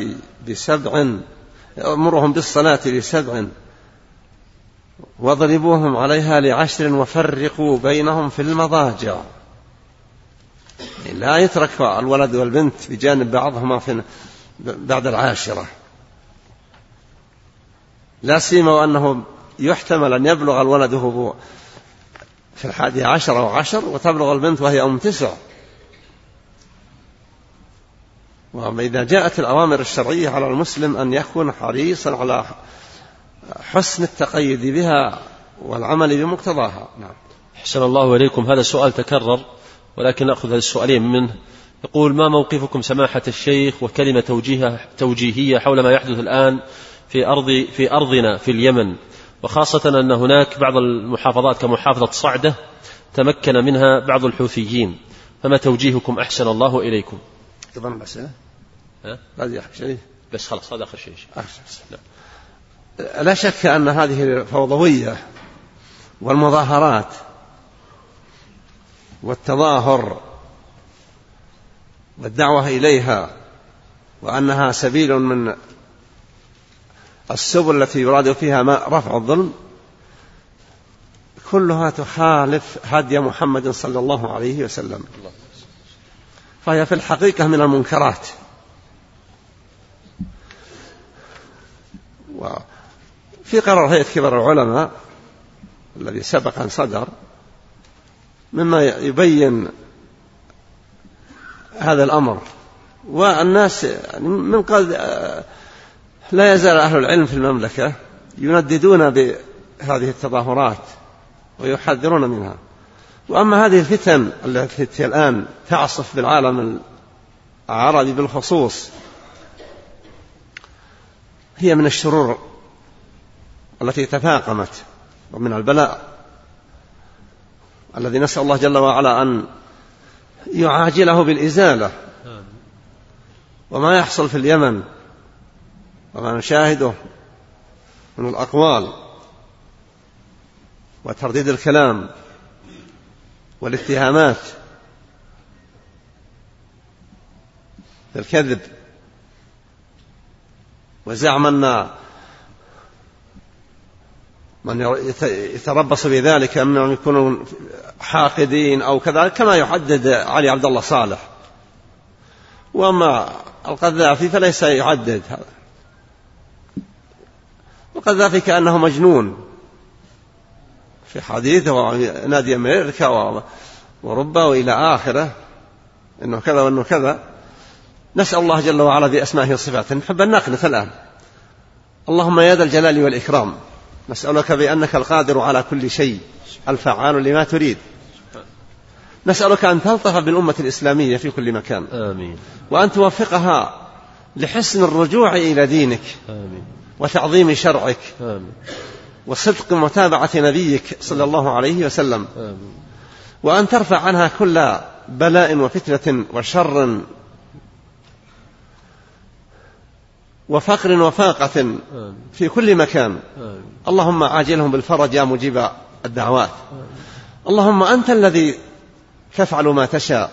مرهم بالصلاة ل7 واضربوهم عليها ل10 وفرقوا بينهم في المضاجع. لا يترك الولد والبنت بجانب بعضهما بعد 10، لا سيما وأنه يحتمل أن يبلغ الولد وهو في 11 وتبلغ البنت وهي 9. وإذا جاءت الأوامر الشرعية على المسلم أن يكون حريصا على حسن التقيد بها والعمل بمقتضاها. نعم. أحسن الله إليكم. هذا السؤال تكرر ولكن نأخذ السؤالين منه. يقول: ما موقفكم سماحة الشيخ وكلمة توجيهية حول ما يحدث الآن في أرضنا في اليمن، وخاصة أن هناك بعض المحافظات كمحافظة صعدة تمكن منها بعض الحوثيين، فما توجيهكم أحسن الله إليكم؟ طبعا هذه آخر شيء، بس خلاص هذا آخر شيء. لا شك أن هذه الفوضوية والمظاهرات والتظاهر والدعوة إليها، وأنها سبيل من السبل التي يراد فيها رفع الظلم، كلها تخالف هدي محمد صلى الله عليه وسلم، فهي في الحقيقة من المنكرات. وفي قرار هيئة كبار العلماء الذي سبق أن صدر مما يبين هذا الأمر. والناس من قد لا يزال أهل العلم في المملكة ينددون بهذه التظاهرات ويحذرون منها. وأما هذه الفتن التي الآن تعصف بالعالم العربي بالخصوص هي من الشرور التي تفاقمت ومن البلاء الذي نسأل الله جل وعلا أن يعاجله بالإزالة. وما يحصل في اليمن وما نشاهده من الأقوال وترديد الكلام والاتهامات بالكذب وزعم أن من يتربص بذلك أنهم يكونون حاقدين أو كذلك كما يحدد علي عبد الله صالح. وأما القذافي فليس يعدد هذا. القذافي كأنه مجنون في حديثه ونادي أمريكا وربا وإلى آخره إنه كذا وإنه كذا. نسأل الله جل وعلا بأسمائه وصفاته. نحب أن نقنت الآن. اللهم يا ذا الجلال والإكرام نسألك بأنك القادر على كل شيء الفعال لما تريد. نسألك أن تلطف بالأمة الإسلامية في كل مكان. آمين. وأن توفقها لحسن الرجوع إلى دينك. آمين. وتعظيم شرعك. آمين. وصدق متابعة نبيك صلى الله عليه وسلم. آمين. وأن ترفع عنها كل بلاء وفتنة وشر وفقر وفاقة في كل مكان. اللهم عاجلهم بالفرج يا مجيب الدعوات. اللهم أنت الذي تفعل ما تشاء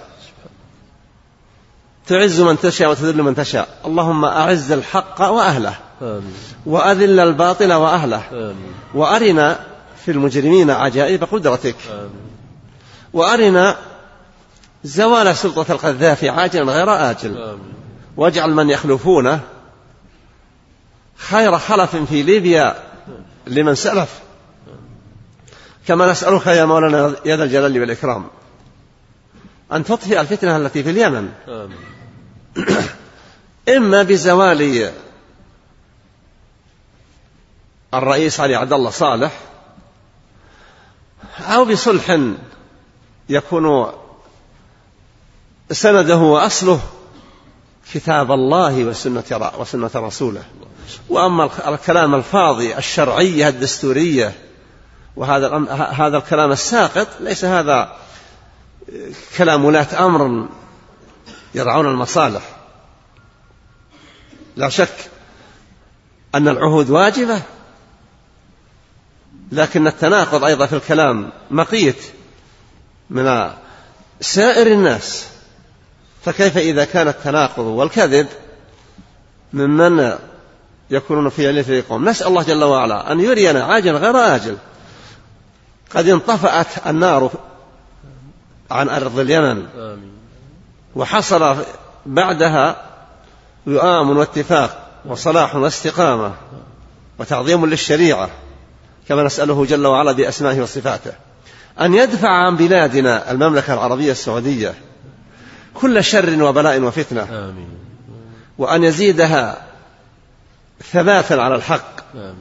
تعز من تشاء وتذل من تشاء. اللهم أعز الحق وأهله وأذل الباطل وأهله وأرنا في المجرمين عجائب قدرتك وأرنا زوال سلطة القذافي عاجلا غير آجل واجعل من يخلفونه خير خلف في ليبيا لمن سلف. كما نسألك يا مولانا يا ذا الجلال والإكرام أن تطفئ الفتنة التي في اليمن إما بزوال الرئيس علي عبد الله صالح أو بصلح يكون سنده وأصله كتاب الله وسنة رسوله. وأما الكلام الفاضي الشرعية الدستورية وهذا الكلام الساقط ليس هذا كلام ولاة أمر يرعون المصالح. لا شك أن العهود واجبة لكن التناقض أيضا في الكلام مقيت من سائر الناس. فكيف إذا كان التناقض والكذب ممن يكونون في علة القوم. نسأل الله جل وعلا أن يرينا عاجل غير آجل. قد انطفأت النار عن أرض اليمن وحصل بعدها وئام واتفاق وصلاح واستقامة وتعظيم للشريعة. كما نسأله جل وعلا بأسمائه وصفاته أن يدفع عن بلادنا المملكة العربية السعودية كل شر وبلاء وفتنة وأن يزيدها ثباتا على الحق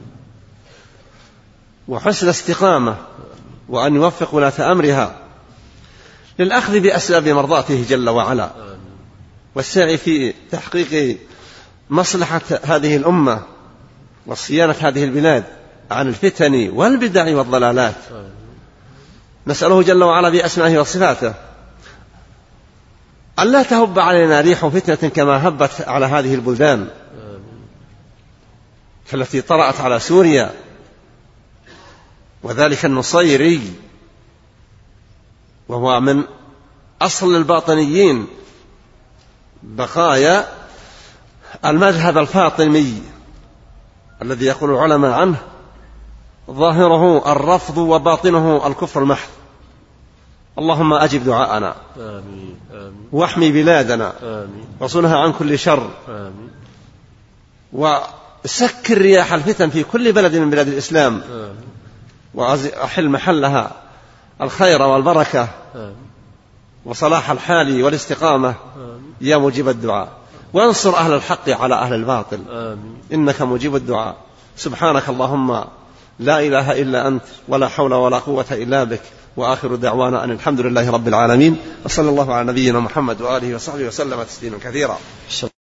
وحسن استقامة وأن يوفق ولاة أمرها للأخذ بأسباب مرضاته جل وعلا والسعي في تحقيق مصلحة هذه الأمة وصيانة هذه البلاد عن الفتن والبدع والضلالات. نسأله جل وعلا بأسمائه وصفاته أن لا تهب علينا ريح فتنة كما هبت على هذه البلدان كالتي طرأت على سوريا وذلك النصيري وهو من أصل الباطنيين بقايا المذهب الفاطمي الذي يقول العلماء عنه ظاهره الرفض وباطنه الكفر المحض. اللهم أجب دعاءنا واحمي بلادنا وصنها عن كل شر سكر رياح الفتن في كل بلد من بلاد الإسلام، وأحل محلها الخير والبركة وصلاح الحال والاستقامة يا مجيب الدعاء، وانصر أهل الحق على أهل الباطل إنك مجيب الدعاء. سبحانك اللهم لا إله إلا أنت ولا حول ولا قوة إلا بك، وآخر دعوانا أن الحمد لله رب العالمين، وصلى الله على نبينا محمد وآله وصحبه وسلم تسليما كثيرا.